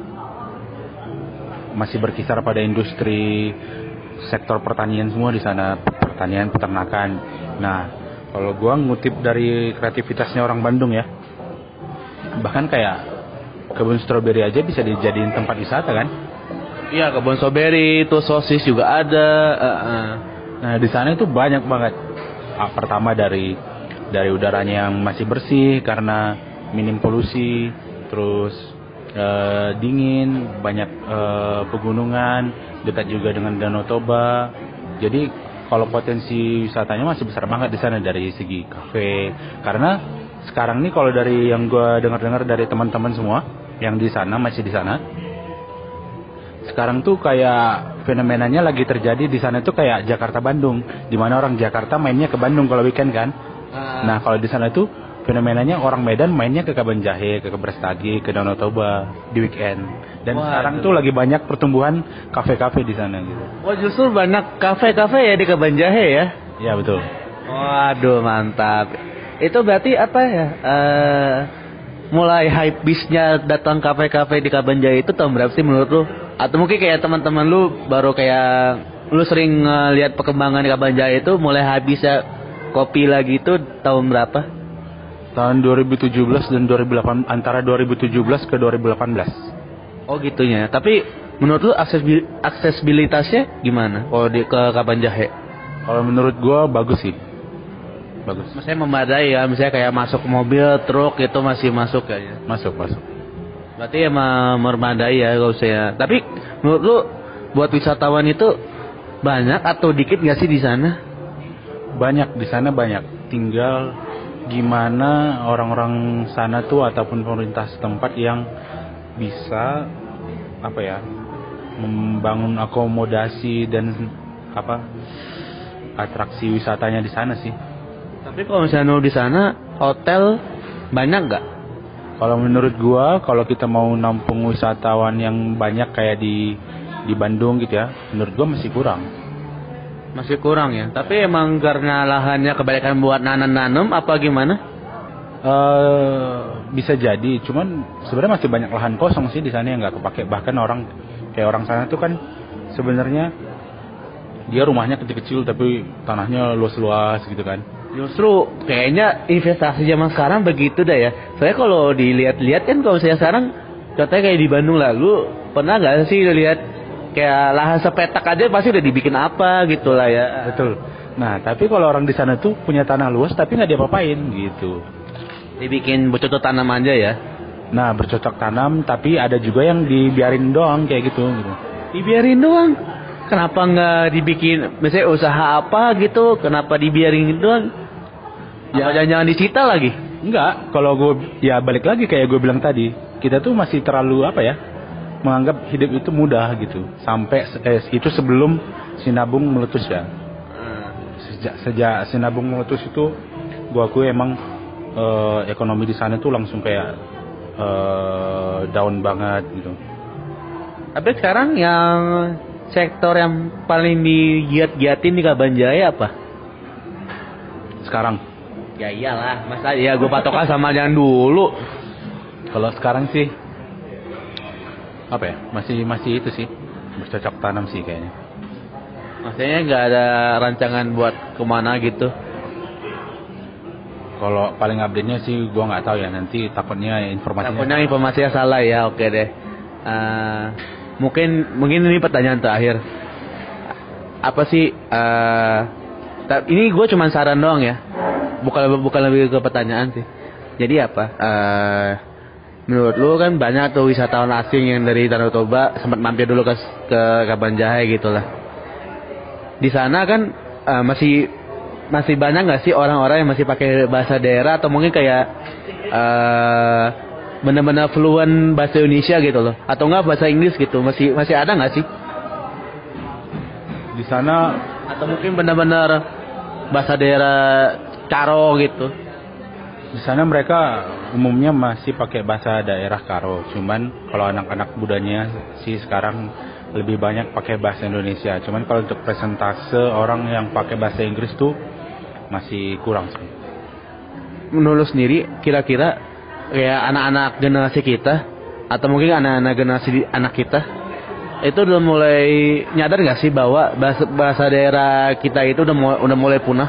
masih berkisar pada industri sektor pertanian semua di sana, pertanian, peternakan. Nah, kalau gua ngutip dari kreativitasnya orang Bandung ya, bahkan kayak kebun stroberi aja bisa dijadiin tempat wisata kan?
Iya, kebun stroberi, itu sosis juga ada. Uh, uh.
Nah, di sana itu banyak banget. Ah, pertama dari dari udaranya yang masih bersih karena minim polusi, terus Uh, dingin, banyak uh, pegunungan, dekat juga dengan Danau Toba. Jadi kalau potensi wisatanya masih besar banget di sana dari segi kafe. Karena sekarang nih kalau dari yang gue dengar-dengar dari teman-teman semua yang di sana masih di sana, sekarang tuh kayak fenomenanya lagi terjadi di sana tuh kayak Jakarta Bandung, di mana orang Jakarta mainnya ke Bandung kalau weekend kan. Uh. Nah kalau di sana tuh fenomenanya orang Medan mainnya ke Kaban Jahe, ke Brastagi, ke Danau Toba di weekend. Dan Wah, sekarang aduh. tuh lagi banyak pertumbuhan kafe-kafe di sana gitu.
Oh justru banyak kafe-kafe ya di Kaban Jahe ya?
Iya betul.
Waduh mantap. Itu berarti apa ya? Uh, mulai hype bisnya datang kafe-kafe di Kaban Jahe itu tahun berapa sih menurut lu? Atau mungkin kayak teman-teman lu baru kayak lu sering uh, lihat perkembangan di Kaban Jahe itu mulai habisnya kopi lagi itu tahun berapa?
Tahun dua ribu tujuh belas dan dua ribu delapan, antara dua ribu tujuh belas ke dua ribu delapan belas.
Oh gitunya. Tapi menurut lu aksesibil, aksesibilitasnya gimana kalau di ke Kaban Jahe?
Kalau menurut gua bagus sih. Bagus.
Maksudnya memadai ya, misalnya kayak masuk mobil, truk itu masih masuk kayaknya.
Masuk, masuk.
Berarti emang memadai ya kalau saya. Tapi menurut lu buat wisatawan itu banyak atau dikit nggak sih di sana?
Banyak, di sana banyak. Tinggal gimana orang-orang sana tuh ataupun pemerintah setempat yang bisa apa ya membangun akomodasi dan apa atraksi wisatanya di sana sih.
Tapi kalau misalnya di sana hotel banyak nggak?
Kalau menurut gua kalau kita mau nampung wisatawan yang banyak kayak di di Bandung gitu ya, menurut gua masih kurang.
Masih kurang ya. Tapi emang karena lahannya kebanyakan buat nanam-nanam apa gimana?
Uh, bisa jadi. Cuman sebenarnya masih banyak lahan kosong sih di sana yang nggak kepake. Bahkan orang kayak orang sana tuh kan sebenarnya dia rumahnya kecil-kecil tapi tanahnya luas-luas gitu kan.
Justru kayaknya investasi zaman sekarang begitu dah ya. Soalnya kalau dilihat-lihat kan kalau saya sekarang contohnya kayak di Bandung lah, lu pernah nggak sih lihat kayak lahan sepetak aja pasti udah dibikin apa gitu lah ya.
Betul. Nah, tapi kalau orang di sana tuh punya tanah luas tapi nggak diapa-apain gitu.
Dibikin bercocok tanam aja ya.
Nah, bercocok tanam, tapi ada juga yang dibiarin doang kayak gitu. gitu.
Dibiarin doang. Kenapa nggak dibikin, misalnya usaha apa gitu? Kenapa dibiarin doang? Ya jangan-jangan disita lagi?
Enggak. Kalau gue, ya balik lagi kayak gue bilang tadi, kita tuh masih terlalu apa ya? Menganggap hidup itu mudah gitu. Sampai eh, itu sebelum Sinabung meletus ya. Sejak sejak Sinabung meletus itu, gue akui emang eh, ekonomi di sana tuh langsung kayak eh, down banget gitu.
Tapi sekarang yang sektor yang paling digiat-giatin di Kabanjaya apa?
Sekarang?
Ya iyalah, masa ya gue patokan sama yang dulu.
Kalau sekarang sih apa ya? Masih masih itu sih bercocok tanam sih kayaknya.
Maksudnya nggak ada rancangan buat kemana gitu?
Kalau paling update-nya sih gue nggak tahu ya, nanti takutnya informasinya.
Takutnya informasinya salah ya, oke deh. Uh, mungkin mungkin ini pertanyaan terakhir. Apa sih? Uh, ini gue cuma saran doang ya, bukan bukan lebih ke pertanyaan sih. Jadi apa? Uh, menurut lu kan banyak tuh wisatawan asing yang dari Danau Toba sempat mampir dulu ke ke Kabanjahe gitulah. Di sana kan uh, masih masih banyak nggak sih orang-orang yang masih pakai bahasa daerah atau mungkin kayak uh, benar-benar fluent bahasa Indonesia gitu loh, atau nggak bahasa Inggris gitu, masih masih ada nggak sih
di sana?
Atau mungkin benar-benar bahasa daerah Karo gitu?
Di sana mereka umumnya masih pakai bahasa daerah Karo, cuman kalau anak-anak mudanya sih sekarang lebih banyak pakai bahasa Indonesia. Cuman kalau untuk persentase orang yang pakai bahasa Inggris tuh masih kurang sih.
Menurut sendiri kira-kira kayak anak-anak generasi kita atau mungkin anak-anak generasi anak kita itu udah mulai nyadar nggak sih bahwa bahasa, bahasa daerah kita itu udah mulai, udah mulai punah?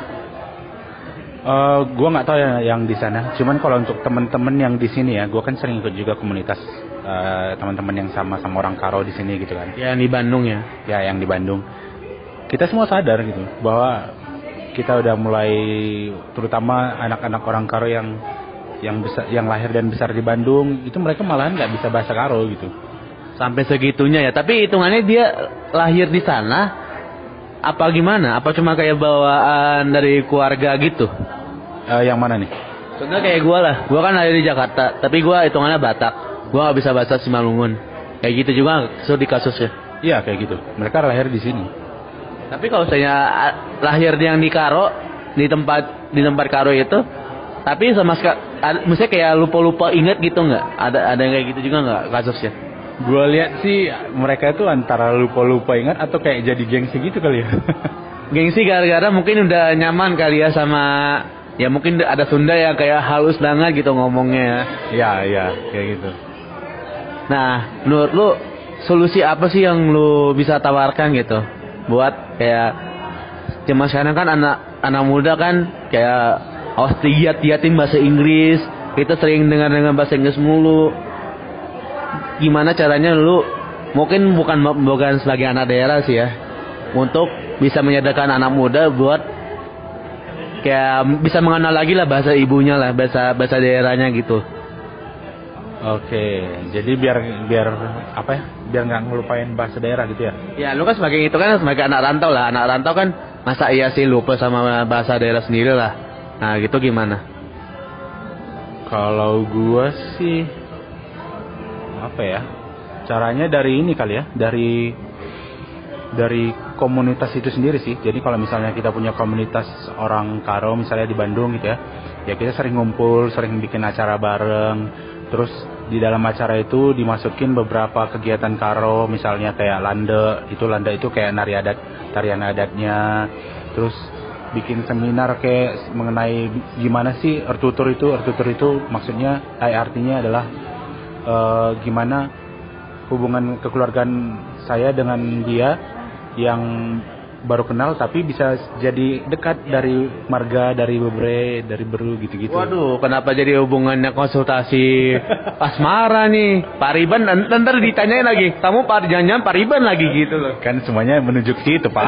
Uh, gue nggak tahu ya yang di sana. Cuman kalau untuk teman-teman yang di sini ya, gue kan sering ikut juga komunitas uh, teman-teman yang sama-sama orang Karo di sini gitu kan.
Ya yang di Bandung ya.
Ya yang di Bandung. Kita semua sadar gitu bahwa kita udah mulai, terutama anak-anak orang Karo yang yang besar, yang lahir dan besar di Bandung, itu mereka malahan nggak bisa bahasa Karo gitu.
Sampai segitunya ya. Tapi hitungannya dia lahir di sana apa gimana? Apa cuma kayak bawaan dari keluarga gitu?
Uh, yang mana nih?
Contohnya kayak gue lah. Gue kan lahir di Jakarta, tapi gue hitungannya Batak. Gue nggak bisa bahasa Simalungun. Kayak gitu juga di kasusnya.
Iya kayak gitu. Mereka lahir di sini.
Tapi kalau saya lahir yang di Karo, di tempat di tempat Karo itu, tapi sama sekali, misalnya kayak lupa-lupa ingat gitu nggak? Ada ada yang kayak gitu juga nggak kasusnya?
Gue lihat sih mereka itu antara lupa-lupa ingat atau kayak jadi gengsi gitu kali ya.
Gengsi gara-gara mungkin udah nyaman kali ya sama, ya mungkin ada Sunda yang kayak halus banget gitu ngomongnya.
Ya ya kayak gitu.
Nah, menurut lu solusi apa sih yang lu bisa tawarkan gitu buat kayak zaman sekarang kan anak anak muda kan kayak harus giat-giatin bahasa Inggris, kita sering dengar dengan bahasa Inggris mulu. Gimana caranya lu, mungkin bukan bukan sebagai anak daerah sih ya, untuk bisa menyadarkan anak muda buat kayak bisa mengenal lagi lah bahasa ibunya lah, bahasa bahasa daerahnya gitu.
Oke, jadi biar biar apa ya? Biar nggak ngelupain bahasa daerah gitu ya?
Ya, lu kan sebagai itu kan sebagai anak rantau lah, anak rantau kan masa iya sih lupa sama bahasa daerah sendiri lah. Nah, gitu gimana?
Kalau gua sih apa ya? Caranya dari ini kali ya, dari dari komunitas itu sendiri sih. Jadi kalau misalnya kita punya komunitas orang Karo misalnya di Bandung gitu ya, ya kita sering ngumpul, sering bikin acara bareng. Terus di dalam acara itu dimasukin beberapa kegiatan Karo, misalnya kayak lande, itu lande itu kayak nari adat, tarian adatnya. Terus bikin seminar kayak mengenai gimana sih ertutur itu, ertutur itu maksudnya, eh, artinya adalah eh, gimana hubungan kekeluargaan saya dengan dia yang baru kenal tapi bisa jadi dekat dari marga, dari bebre, dari beru gitu-gitu.
Waduh, kenapa jadi hubungannya konsultasi asmara nih? Pariban, ntar ditanyain lagi, kamu par jangan Pariban lagi gitu loh.
Kan semuanya menuju ke situ, Pak.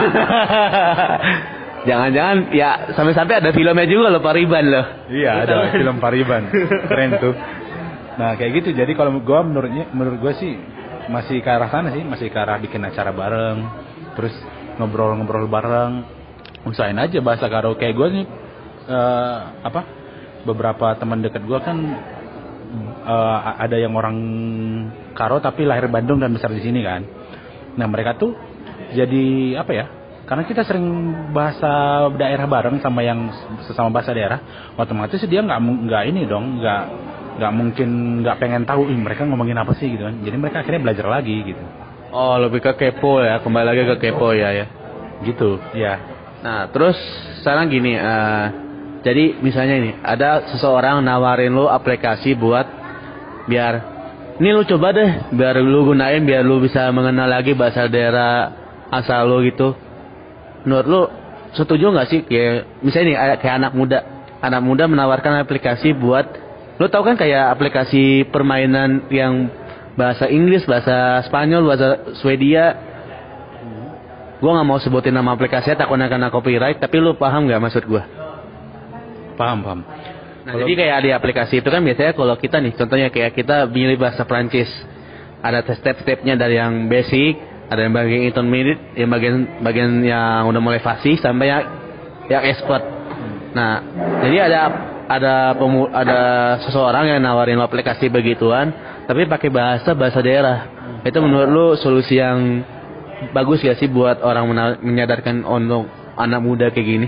Jangan-jangan ya sampai-sampai ada filmnya juga loh Pariban loh.
Iya, ada film Pariban. Keren tuh. Nah, kayak gitu. Jadi kalau gua menurutnya menurut gua sih masih ke arah sana sih, masih ke arah bikin acara bareng. Terus ngobrol-ngobrol bareng, usahain aja bahasa karo. Kayak gue nih uh, apa beberapa teman dekat gue kan uh, ada yang orang Karo tapi lahir Bandung dan besar di sini kan. Nah mereka tuh jadi apa ya, karena kita sering bahasa daerah bareng sama yang sesama bahasa daerah, otomatis dia nggak nggak ini dong nggak nggak mungkin nggak pengen tahu ih, mereka ngomongin apa sih gitu kan. Jadi mereka akhirnya belajar lagi gitu.
Oh, lebih ke kepo ya, kembali lagi ke kepo ya ya.
Gitu, ya.
Nah, terus sekarang gini, uh, jadi misalnya ini ada seseorang nawarin lu aplikasi buat biar ini lu coba deh, biar lu gunain, biar lu bisa mengenal lagi bahasa daerah asal lu gitu. Menurut lu setuju nggak sih kayak misalnya nih kayak anak muda, anak muda menawarkan aplikasi buat, lu tahu kan kayak aplikasi permainan yang bahasa Inggris, bahasa Spanyol, bahasa Swedia. Gue nggak mau sebutin nama aplikasinya, takutnya kena copyright. Tapi lu paham nggak maksud gue?
Paham, paham.
Nah, jadi kayak di aplikasi itu kan biasanya kalau kita nih, contohnya kayak kita milih bahasa Prancis, ada step-stepnya dari yang basic, ada yang bagian intermediate, yang bagian bagian yang udah mulai fasih sampai yang yang expert. Nah, jadi ada ada pemu, ada seseorang yang nawarin aplikasi begituan, tapi pakai bahasa bahasa daerah. Itu menurut lu solusi yang bagus gak sih buat orang mena- menyadarkan untuk anak muda kayak gini?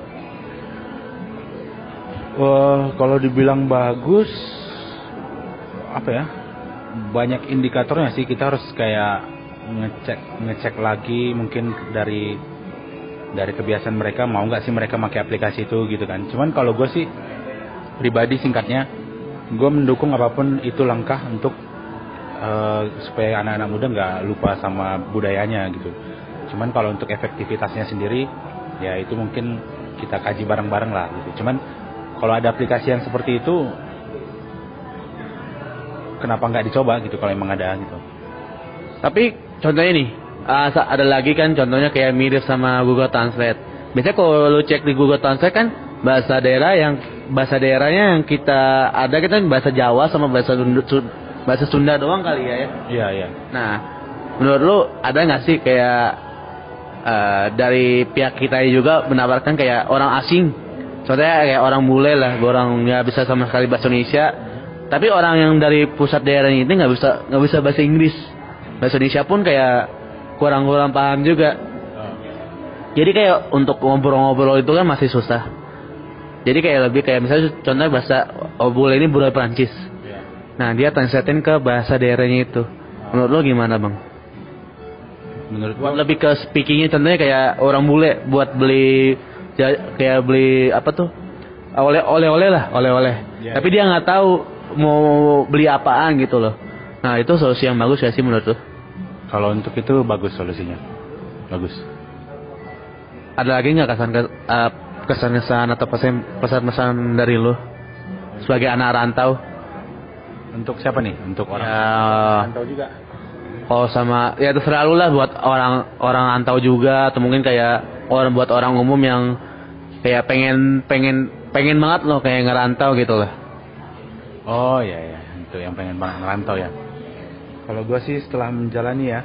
Wah, kalau dibilang bagus, apa ya? Banyak indikatornya sih. Kita harus kayak ngecek ngecek lagi mungkin dari dari kebiasaan mereka, mau nggak sih mereka pakai aplikasi itu gitu kan. Cuman kalau gue sih pribadi singkatnya, gue mendukung apapun itu langkah untuk uh, supaya anak-anak muda nggak lupa sama budayanya gitu. Cuman kalau untuk efektivitasnya sendiri, ya itu mungkin kita kaji bareng-bareng lah gitu. Cuman kalau ada aplikasi yang seperti itu, kenapa nggak dicoba gitu kalau emang ada gitu.
Tapi contohnya nih, uh, ada lagi kan contohnya kayak mirip sama Google Translate. Biasanya kalau lu cek di Google Translate kan bahasa daerah yang bahasa daerahnya yang kita ada kan bahasa Jawa sama bahasa Sunda, bahasa Sunda doang kali ya ya.
Iya iya.
Nah, menurut lu ada nggak sih kayak uh, dari pihak kita juga menawarkan kayak orang asing, contohnya kayak orang bule lah, orang nggak bisa sama sekali bahasa Indonesia, tapi orang yang dari pusat daerahnya ini nggak bisa nggak bisa bahasa Inggris, bahasa Indonesia pun kayak kurang-kurang paham juga. Jadi kayak untuk ngobrol-ngobrol itu kan masih susah. Jadi kayak lebih kayak misalnya contohnya bahasa oh, bule ini budaya Prancis. Nah dia translatein ke bahasa daerahnya itu. Menurut lo gimana bang?
Menurut
buat lebih ke speakingnya, contohnya kayak orang bule buat beli ya, kayak beli apa tuh oleh oleh oleh lah oleh oleh. Ya, tapi ya. Dia nggak tahu mau beli apaan gitu loh. Nah itu solusi yang bagus ya sih menurut lo?
Kalau untuk itu bagus solusinya, bagus.
Ada lagi nggak kesan uh, kesan-kesan atau pesan-pesan dari lo sebagai anak rantau?
Untuk siapa nih? Untuk orang
ya,
rantau juga.
Oh sama ya terserah lu lah buat orang orang rantau juga atau mungkin kayak orang buat orang umum yang kayak pengen pengen pengen banget loh kayak ngerantau gitu loh.
Oh ya ya, itu yang pengen banget ngerantau ya. Kalau gue sih setelah menjalani ya,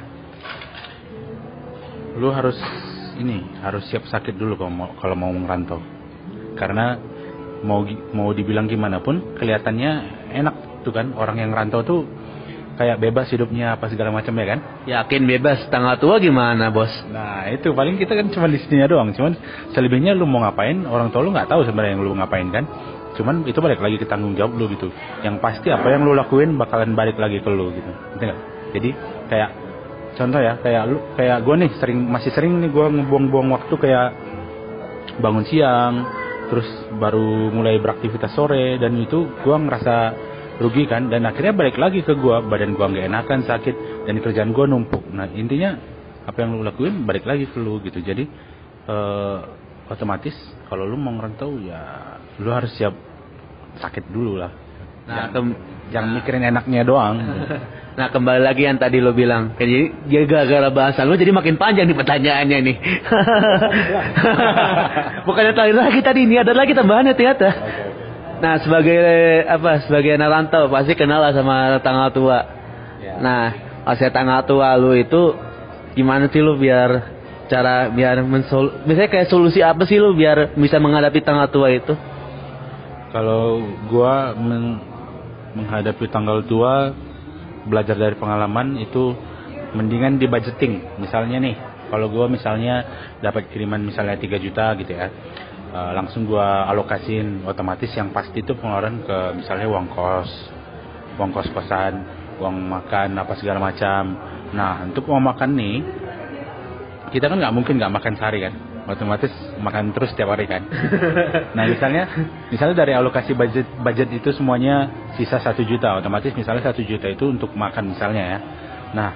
lu harus ini harus siap sakit dulu kalau mau kalau mau ngerantau. Karena mau mau dibilang gimana pun kelihatannya enak tuh kan, orang yang ngerantau tuh kayak bebas hidupnya apa segala macam ya kan?
Yakin bebas, tanggal tua gimana bos?
Nah itu paling kita kan cuma di sini doang. Cuman selebihnya lu mau ngapain, orang tua lu nggak tahu sebenarnya yang lu ngapain kan? Cuman itu balik lagi ke tanggung jawab lu gitu. Yang pasti apa yang lu lakuin bakalan balik lagi ke lu gitu. Ngerti nggak? Jadi kayak contoh ya, kayak lu kayak gue nih sering masih sering nih gue ngebuang-buang waktu kayak bangun siang, terus baru mulai beraktivitas sore, dan itu gue ngerasa rugi kan, dan akhirnya balik lagi ke gue, badan gue nggak enakan, sakit, dan kerjaan gue numpuk. Nah intinya apa yang lu lakuin balik lagi ke lu gitu. Jadi uh, otomatis kalau lu mau ngerantau ya lu harus siap sakit dulu lah.
Nah,
jangan,
kem-
jangan mikirin enaknya doang.
Nah, kembali lagi yang tadi lo bilang. Jadi ya gara-gara bahasa lo jadi makin panjang nih pertanyaannya nih. Bukannya terakhir lagi tadi, ini ada lagi tambahannya ternyata. Nah, sebagai apa? Sebagai anak rantau pasti kenal lah sama tanggal tua. Nah, pas tanggal tua lu itu gimana sih lu biar cara biar mensol, misalnya kayak solusi apa sih lu biar bisa menghadapi tanggal tua itu?
Kalau gua men- menghadapi tanggal tua, belajar dari pengalaman itu mendingan di budgeting. Misalnya nih, kalau gua misalnya dapat kiriman misalnya tiga juta gitu ya, uh, langsung gua alokasin otomatis yang pasti itu pengeluaran ke misalnya uang kos, uang kos-kosan, uang makan apa segala macam. Nah, untuk uang makan nih kita kan nggak mungkin nggak makan sehari kan, otomatis makan terus setiap hari kan. Nah, misalnya misalnya dari alokasi budget budget itu semuanya sisa satu juta, otomatis misalnya satu juta itu untuk makan misalnya ya. Nah,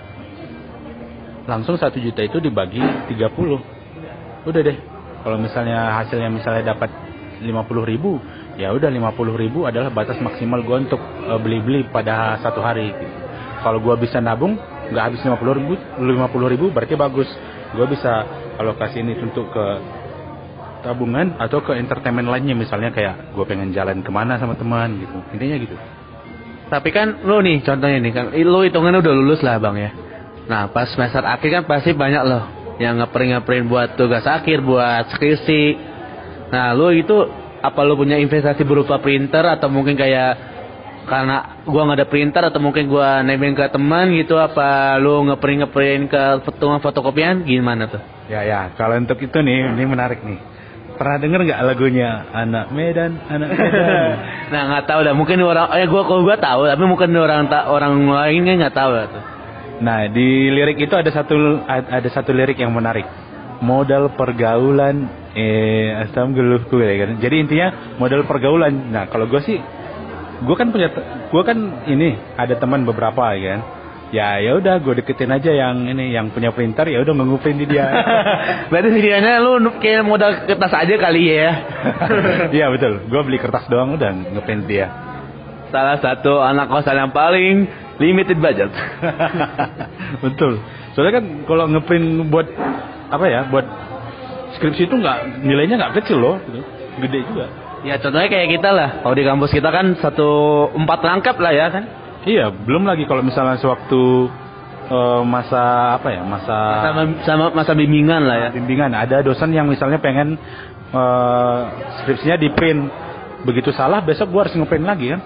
langsung satu juta itu dibagi tiga puluh, udah deh. Kalau misalnya hasilnya misalnya dapat lima puluh ribu, ya udah lima puluh ribu adalah batas maksimal gue untuk uh, beli-beli pada satu hari gitu. Kalau gue bisa nabung nggak habis lima puluh ribu, lima puluh ribu berarti bagus. Gue bisa alokasi ini untuk ke tabungan atau ke entertainment lainnya, misalnya kayak gue pengen jalan kemana sama teman gitu, intinya gitu.
Tapi kan lo nih contohnya nih kan, lo hitungannya udah lulus lah bang ya. Nah pas semester akhir kan pasti banyak loh yang ngeprint-ngeprint buat tugas akhir, buat skripsi. Nah lo itu apa lo punya investasi berupa printer atau mungkin kayak karena gua nggak ada printer atau mungkin gua nebeng ke teman gitu, apa lo ngeprint ngeprint ke tukang fotokopian gimana tuh?
Ya ya, kalau untuk itu nih, ini menarik nih. Pernah denger nggak lagunya Anak Medan, Anak Medan?
Nah nggak tahu dah, mungkin orang, eh gua kalau gua tahu, tapi mungkin orang tak orang lainnya nggak tahu lah tuh.
Nah di lirik itu ada satu ada satu lirik yang menarik. Modal pergaulan, eh asam geluhku ya kan. Jadi intinya modal pergaulan. Nah kalau gua sih, gue kan punya, gue kan ini ada teman beberapa ya kan, ya ya udah gue deketin aja yang ini yang punya printer, ya udah nge-print di dia.
Berarti sedianya lu kayak modal kertas aja kali ya?
Iya betul, gue beli kertas doang udah nge-print dia.
Salah satu anak kosan yang paling limited budget.
Betul, soalnya kan kalau nge-print buat apa ya, buat skripsi itu nggak, nilainya nggak kecil loh, gitu. Gede juga.
Ya contohnya kayak kita lah, kalau di kampus kita kan satu empat rangkap lah ya kan.
Iya, belum lagi kalau misalnya sewaktu uh, masa apa ya, masa
sama, sama masa bimbingan lah ya.
Bimbingan, ada dosen yang misalnya pengen uh, skripsinya di print, begitu salah besok gua harus ngeprint lagi kan.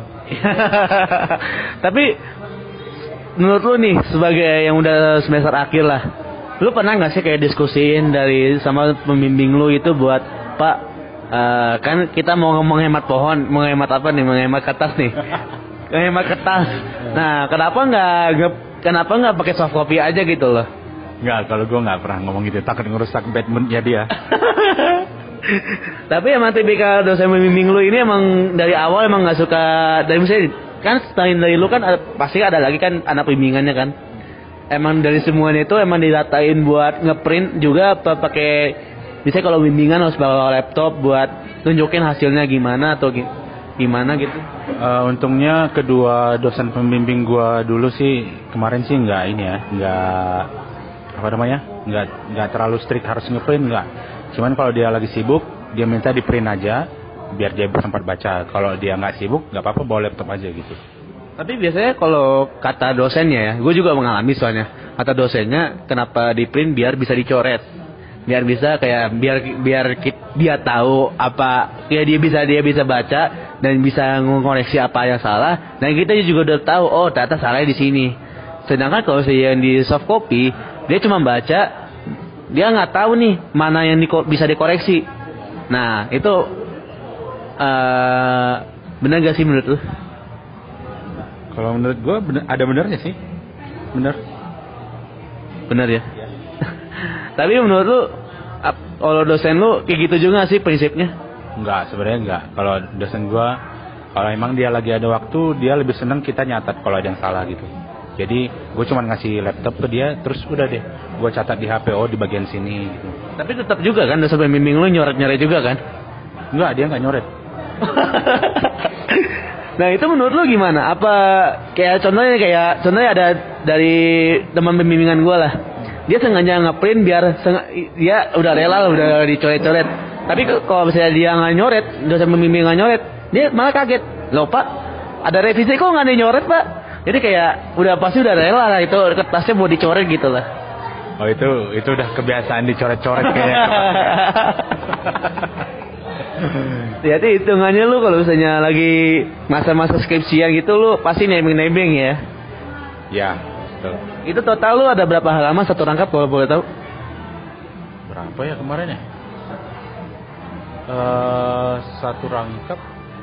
Tapi menurut lu nih sebagai yang udah semester akhir lah, lu pernah nggak sih kayak diskusiin dari sama pembimbing lu itu buat Pak, Uh, kan kita mau menghemat pohon, menghemat apa nih, menghemat kertas nih, menghemat kertas. Nah, kenapa nggak, kenapa nggak pakai soft copy aja gitu loh?
Nggak, kalau gue nggak pernah ngomong gitu, takut ngerusak Batman ya dia.
Tapi emang tipikal dosen pembimbing lu ini emang dari awal emang nggak suka, dari misalnya kan selain dari lu kan ada, pasti ada lagi kan anak bimbingannya kan. Emang dari semuanya itu emang diratain buat ngeprint juga apa pakai, misalnya kalau bimbingan harus bawa laptop buat tunjukin hasilnya gimana atau gimana gitu?
Uh, untungnya kedua dosen pembimbing gua dulu sih kemarin sih nggak ini ya, nggak apa namanya, nggak nggak terlalu strict harus ngeprint, nggak. Cuman kalau dia lagi sibuk, dia minta di print aja biar dia sempat baca. Kalau dia nggak sibuk, nggak apa-apa bawa laptop aja gitu.
Tapi biasanya kalau kata dosennya ya, gue juga mengalami soalnya, kata dosennya kenapa di print biar bisa dicoret. Biar bisa kayak biar biar dia tahu apa ya, dia bisa dia bisa baca dan bisa mengoreksi apa yang salah, dan kita juga udah tahu oh ternyata salahnya di sini. Sedangkan kalau saya yang di soft copy, dia cuma baca, dia nggak tahu nih mana yang di, bisa dikoreksi. Nah itu uh, benar gak sih menurut lu?
Kalau menurut gue bener, ada benernya sih, bener.
Bener ya. Tapi menurut lu, kalau dosen lu kayak gitu juga sih prinsipnya?
Enggak, sebenarnya enggak. Kalau dosen gua, kalau emang dia lagi ada waktu, dia lebih senang kita nyatat kalau ada yang salah gitu. Jadi gue cuma ngasih laptop ke dia, terus udah deh gue catat di H P, oh di bagian sini gitu.
Tapi tetap juga kan dosen pembimbing lu nyoret-nyoret juga kan?
Enggak, dia nggak nyoret.
Nah itu menurut lu gimana? Apa kayak contohnya kayak contohnya ada dari teman pembimbingan gue lah, dia sengaja ngeprint biar seng- dia udah rela lah, udah dicoret-coret. Tapi kalau misalnya dia nggak nyoret, dosen pembimbing nggak nyoret, dia malah kaget. Loh pak, ada revisi kok nggak nyoret pak? Jadi kayak udah pasti udah rela lah itu kertasnya mau dicoret gitu lah.
Oh itu itu udah kebiasaan dicoret-coret kayaknya.
Jadi hitungannya lu kalau misalnya lagi masa-masa skripsian gitu lu pasti nebeng-nebeng ya.
Ya, betul.
Itu total lu ada berapa halaman satu rangkap kalau boleh tahu?
Berapa ya kemarin ya? Uh, satu rangkap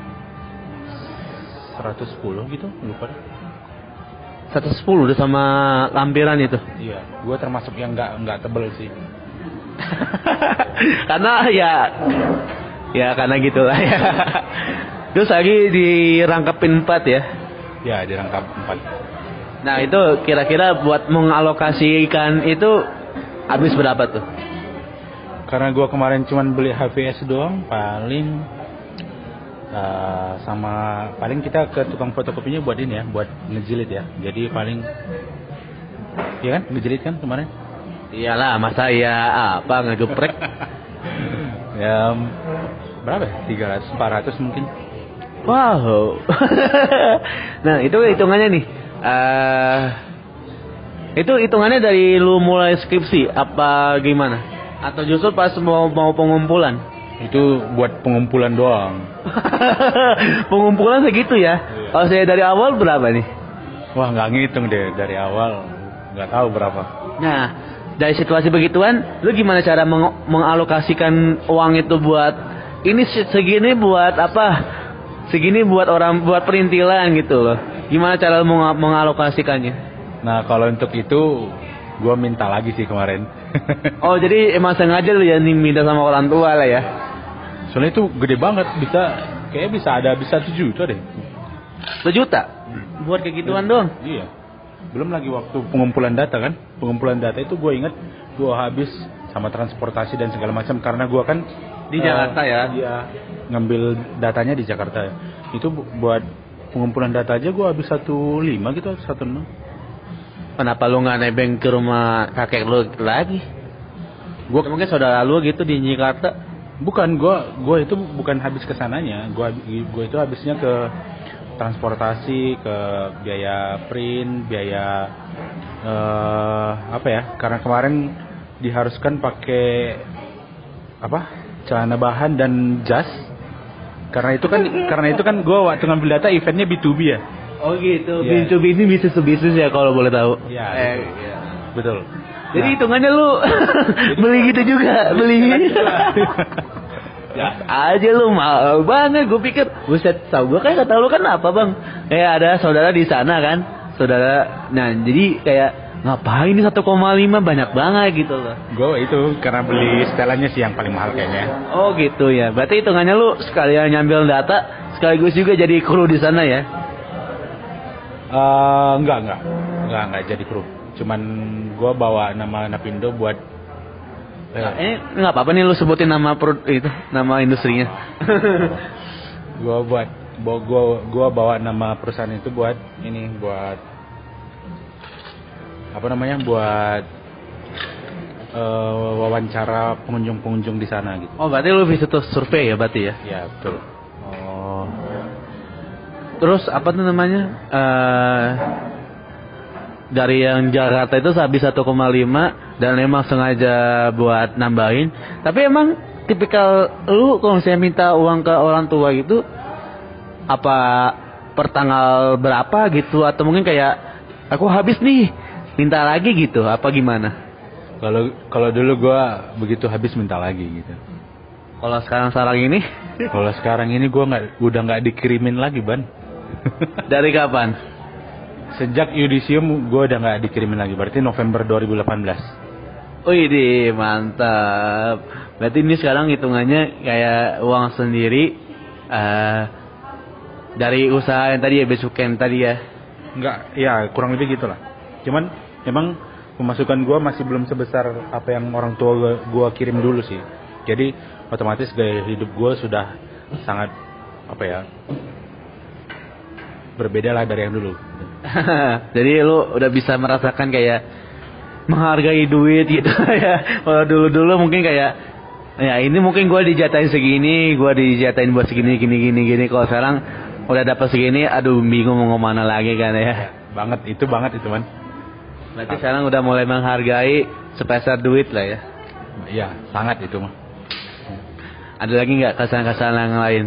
seratus sepuluh gitu, lupa deh.
seratus sepuluh udah sama lampiran itu.
Iya, gua termasuk yang nggak nggak tebel sih.
Karena ya ya karena gitulah ya. Terus lagi dirangkapin empat ya.
Ya, dirangkap empat.
Nah, itu kira-kira buat mengalokasikan itu habis berapa tuh?
Karena gua kemarin cuman beli H V S doang, paling uh, sama paling kita ke tukang fotokopinya buat ini ya, buat ngejilid ya. Jadi paling iya kan ngejilid kan kemarin?
Iyalah, masa ya apa ngegeprek?
Ya berapa ya? tiga ratus empat ratus mungkin.
Wow. Nah, itu hitungannya nih. Uh, itu hitungannya dari lu mulai skripsi apa gimana? Atau justru pas mau mau pengumpulan?
Itu buat pengumpulan doang.
Pengumpulan segitu ya? Kalau saya dari awal berapa nih?
Wah, nggak ngitung deh dari awal, nggak tahu berapa.
Nah, dari situasi begituan, lu gimana cara meng- mengalokasikan uang itu buat ini segini buat apa? Segini buat orang buat perintilan gitu loh. Gimana cara lu meng- mengalokasikannya?
Nah, kalau untuk itu gue minta lagi sih kemarin.
Oh, jadi emang sengaja lu ya minta sama orang tua lah ya?
Soalnya itu gede banget, bisa kayak bisa ada bisa tujuh juta deh.
Sejuta? Buat kayak gituan dong?
Iya. Belum lagi waktu pengumpulan data kan? Pengumpulan data itu gue ingat gue habis sama transportasi dan segala macam karena gue kan
di Jakarta uh, ya?
Iya. Ngambil datanya di Jakarta. Itu buat pengumpulan data aja gue habis satu lima gitu, satu enam.
Kenapa lu nggak nebeng ke rumah kakek lu lagi? Gua mungkin saudara lu gitu di Jakarta.
Bukan, gua gua itu bukan habis ke sananya. Gua gua itu habisnya ke transportasi, ke biaya print, biaya uh, apa ya? Karena kemarin diharuskan pakai apa? Celana bahan dan jas. Karena itu kan karena itu kan gua waktu ngambil data eventnya B to B ya.
Oh gitu,
yeah.
B to B ini bisnis to bisnis ya kalau boleh tahu.
Iya,
eh,
betul.
Iya.
Betul.
Jadi
Nah.
hitungannya lu beli gitu juga, beli. Ya aja lu mahal banget, gue pikir, buset, tau gue kan kata lu kan apa bang? Kayak ada saudara di sana kan, saudara. Nah jadi kayak ngapain ini satu koma lima banyak banget gitu loh.
Gue itu karena beli setelannya sih yang paling mahal kayaknya.
Oh gitu ya, berarti hitungannya lu sekalian nyambil data, sekaligus juga jadi kru di sana ya?
Uh, enggak enggak enggak enggak jadi kru, cuman gue bawa nama Napindo buat
nah, ini nggak apa-apa nih lu sebutin nama perut itu nama industrinya.
Gue buat gue gue bawa nama perusahaan itu buat ini buat apa namanya buat uh, wawancara pengunjung-pengunjung di sana gitu.
Oh berarti lu visitor survei ya berarti ya?
Ya betul.
Oh. Terus apa tuh namanya? Uh, dari yang Jakarta itu habis satu koma lima dan emang sengaja buat nambahin. Tapi emang tipikal lu kalau misalnya minta uang ke orang tua gitu apa per tanggal berapa gitu atau mungkin kayak aku habis nih minta lagi gitu apa gimana?
Kalau kalau dulu gua begitu habis minta lagi gitu.
Kalau sekarang sekarang ini?
Kalau sekarang ini gua nggak udah nggak dikirimin lagi ban.
Dari kapan?
Sejak yudisium gue udah nggak dikirimin lagi. Berarti November dua ribu delapan belas.
Wih deh mantap. Berarti ini sekarang hitungannya kayak uang sendiri uh, dari usaha yang tadi ya besuken tadi ya.
Enggak, ya kurang lebih gitulah. Cuman memang pemasukan gue masih belum sebesar apa yang orang tua gue kirim dulu sih. Jadi otomatis gaya hidup gue sudah sangat apa ya, berbeda lah dari yang dulu.
Jadi lu udah bisa merasakan kayak menghargai duit gitu ya. Kalau dulu-dulu mungkin kayak ya ini mungkin gue dijatain segini, gue dijatain buat segini gini gini gini. Kalau sekarang udah dapat segini, aduh bingung mau kemana lagi kan ya.
Ya banget, itu banget itu man.
Berarti sekarang udah mulai menghargai sepeser duit lah ya.
Iya sangat itu mah.
Ada lagi nggak kesan-kesan yang lain?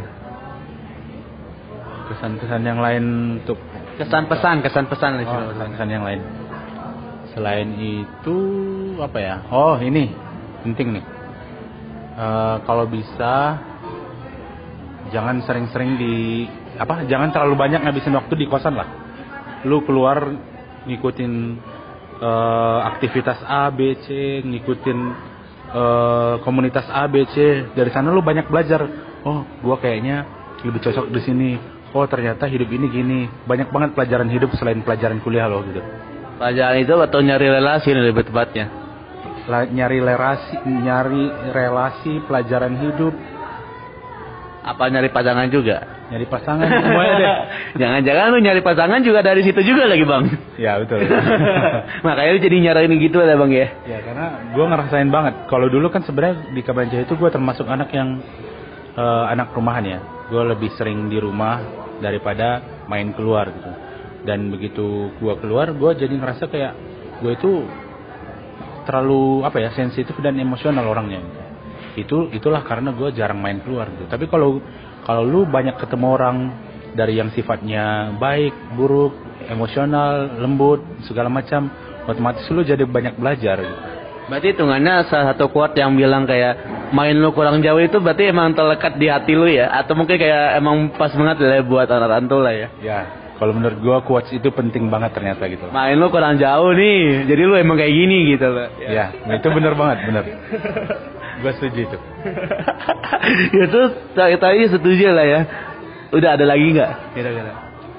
Kesan-kesan yang lain untuk
Kesan pesan, kesan pesan lah.
Oh, kesan-kesan yang lain. Selain itu apa ya? Oh ini penting nih. Uh, kalau bisa jangan sering-sering di apa? Jangan terlalu banyak ngabisin waktu di kosan lah. Lu keluar ngikutin uh, aktivitas A, B, C, ngikutin uh, komunitas A, B, C. Dari sana lu banyak belajar. Oh, gua kayaknya lebih cocok di sini. Oh, ternyata hidup ini gini. Banyak banget pelajaran hidup selain pelajaran kuliah loh gitu.
Pelajaran itu atau nyari relasi lebih tepatnya?
La, nyari relasi, nyari relasi, pelajaran hidup.
Apa nyari pasangan juga?
Nyari pasangan semuanya deh.
Jangan-jangan lu nyari pasangan juga dari situ juga lagi bang?
Ya betul.
Makanya lu jadi nyarain gitu lah bang ya?
Ya karena gue ngerasain banget. Kalau dulu kan sebenarnya di Kabanjah itu gue termasuk anak yang uh, anak rumahan ya. Gue lebih sering di rumah daripada main keluar gitu. Dan begitu gue keluar, gue jadi ngerasa kayak gue itu terlalu apa ya, sensitif dan emosional orangnya. Itu itulah karena gue jarang main keluar gitu. Tapi kalau kalau lu banyak ketemu orang dari yang sifatnya baik, buruk, emosional, lembut, segala macam, otomatis lu jadi banyak belajar gitu.
Berarti hitungannya salah satu quote yang bilang kayak main lu kurang jauh itu berarti emang terlekat di hati lu ya? Atau mungkin kayak emang pas banget lah buat anak rantau lah ya?
Ya, kalau menurut gua quotes itu penting banget ternyata gitu.
Main lu kurang jauh nih, jadi lu emang kayak gini gitu loh.
Ya, ya itu bener banget, bener. Gua setuju itu.
Ya terus tadi setuju lah ya. Udah ada lagi nggak? Kira-kira.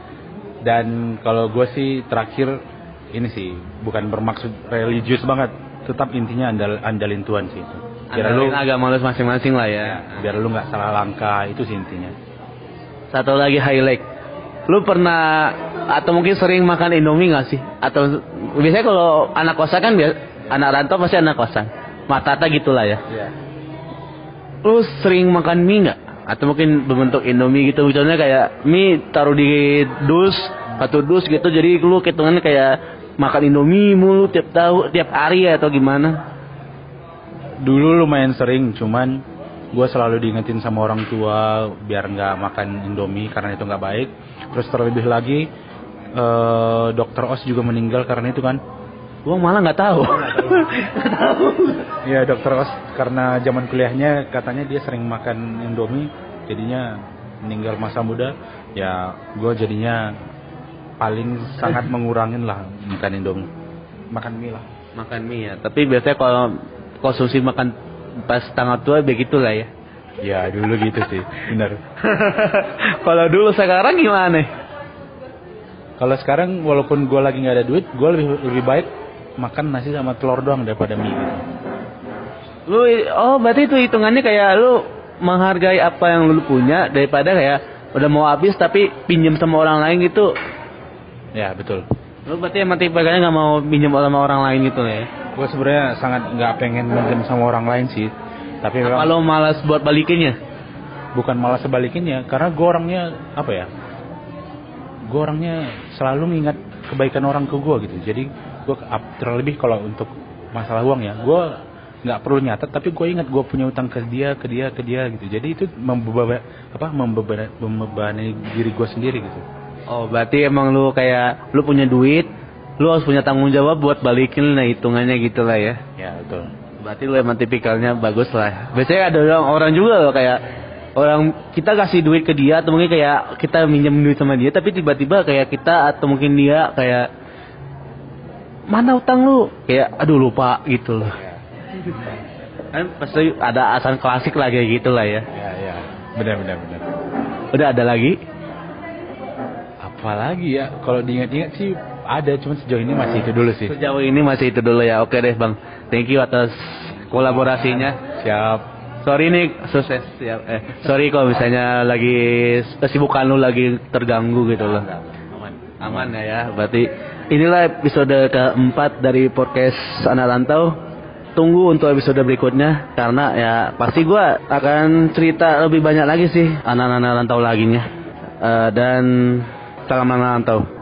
Dan kalau gua sih terakhir ini sih bukan bermaksud religius banget. Tetap intinya andal, andalin Tuhan sih.
Biar lu agama lu masing-masing lah ya.
ya. Biar lu nggak salah langkah, itu sih intinya.
Satu lagi highlight. Lu pernah atau mungkin sering makan Indomie nggak sih? Atau biasanya kalau anak kosan kan biasa, anak rantau pasti anak kosan. Matata gitulah ya.
Iya.
Lu sering makan mie nggak? Atau mungkin berbentuk Indomie gitu, misalnya kayak mie taruh di dus, satu dus gitu, jadi lu hitungannya kayak makan Indomie mulu tiap tahu tiap hari ya, atau gimana?
Dulu lumayan sering, cuman gue selalu diingetin sama orang tua biar nggak makan Indomie karena itu nggak baik. Terus terlebih lagi eh, dokter Os juga meninggal karena itu kan.
Gue malah nggak tahu. Nggak tahu.
Iya dokter Os karena zaman kuliahnya katanya dia sering makan Indomie, jadinya meninggal masa muda. Ya gue jadinya paling sangat mengurangin lah makan Indomie, makan mie lah.
Makan mie ya. Tapi biasanya kalau konsumsi makan pas tanggal tua begitulah ya.
Ya dulu gitu sih, benar.
Kalau dulu sekarang gimana?
Kalau sekarang walaupun gue lagi nggak ada duit, gue lebih lebih baik makan nasi sama telur doang daripada mie.
Lu oh berarti itu hitungannya kayak lu menghargai apa yang lu punya daripada kayak udah mau habis tapi pinjam sama orang lain gitu.
Ya betul.
Lu berarti emang tipe kayaknya nggak mau pinjam sama orang lain gitu ya?
Gue sebenarnya sangat nggak pengen pinjam sama orang lain sih. Tapi
apa lo malas buat balikinnya?
Bukan malas sebalikinnya, karena gue orangnya apa ya? Gue orangnya selalu mengingat kebaikan orang ke gue gitu. Jadi gue terlebih kalau untuk masalah uang ya, gue nggak perlu nyatet, tapi gue ingat gue punya utang ke dia, ke dia, ke dia gitu. Jadi itu membebani apa? Membebani, membebani diri gue sendiri gitu.
Oh berarti emang lu kayak lu punya duit, lu harus punya tanggung jawab buat balikin, nah hitungannya gitulah ya.
Ya betul.
Berarti lu emang tipikalnya bagus lah. Biasanya ada orang, orang juga loh kayak orang kita kasih duit ke dia atau mungkin kayak kita minjem duit sama dia, tapi tiba-tiba kayak kita atau mungkin dia kayak mana utang lu? Kayak aduh lupa gitu loh. Kan pasti ada alasan klasik lah kayak gitulah ya.
Ya ya. Benar benar benar.
Udah ada lagi?
Apa Apalagi ya, kalau diingat-ingat sih ada, cuma sejauh ini masih itu dulu sih.
Sejauh ini masih itu dulu ya. Oke deh Bang, thank you atas kolaborasinya.
Siap.
Sorry nih, sukses ya. Eh, sorry kalau misalnya lagi kesibukan lu lagi terganggu gitu loh.
Aman.
Aman ya ya. Berarti inilah episode keempat dari podcast Anak Rantau. Tunggu untuk episode berikutnya karena ya pasti gua akan cerita lebih banyak lagi sih anak-anak rantau laginya. Uh, dan salam anak rantau.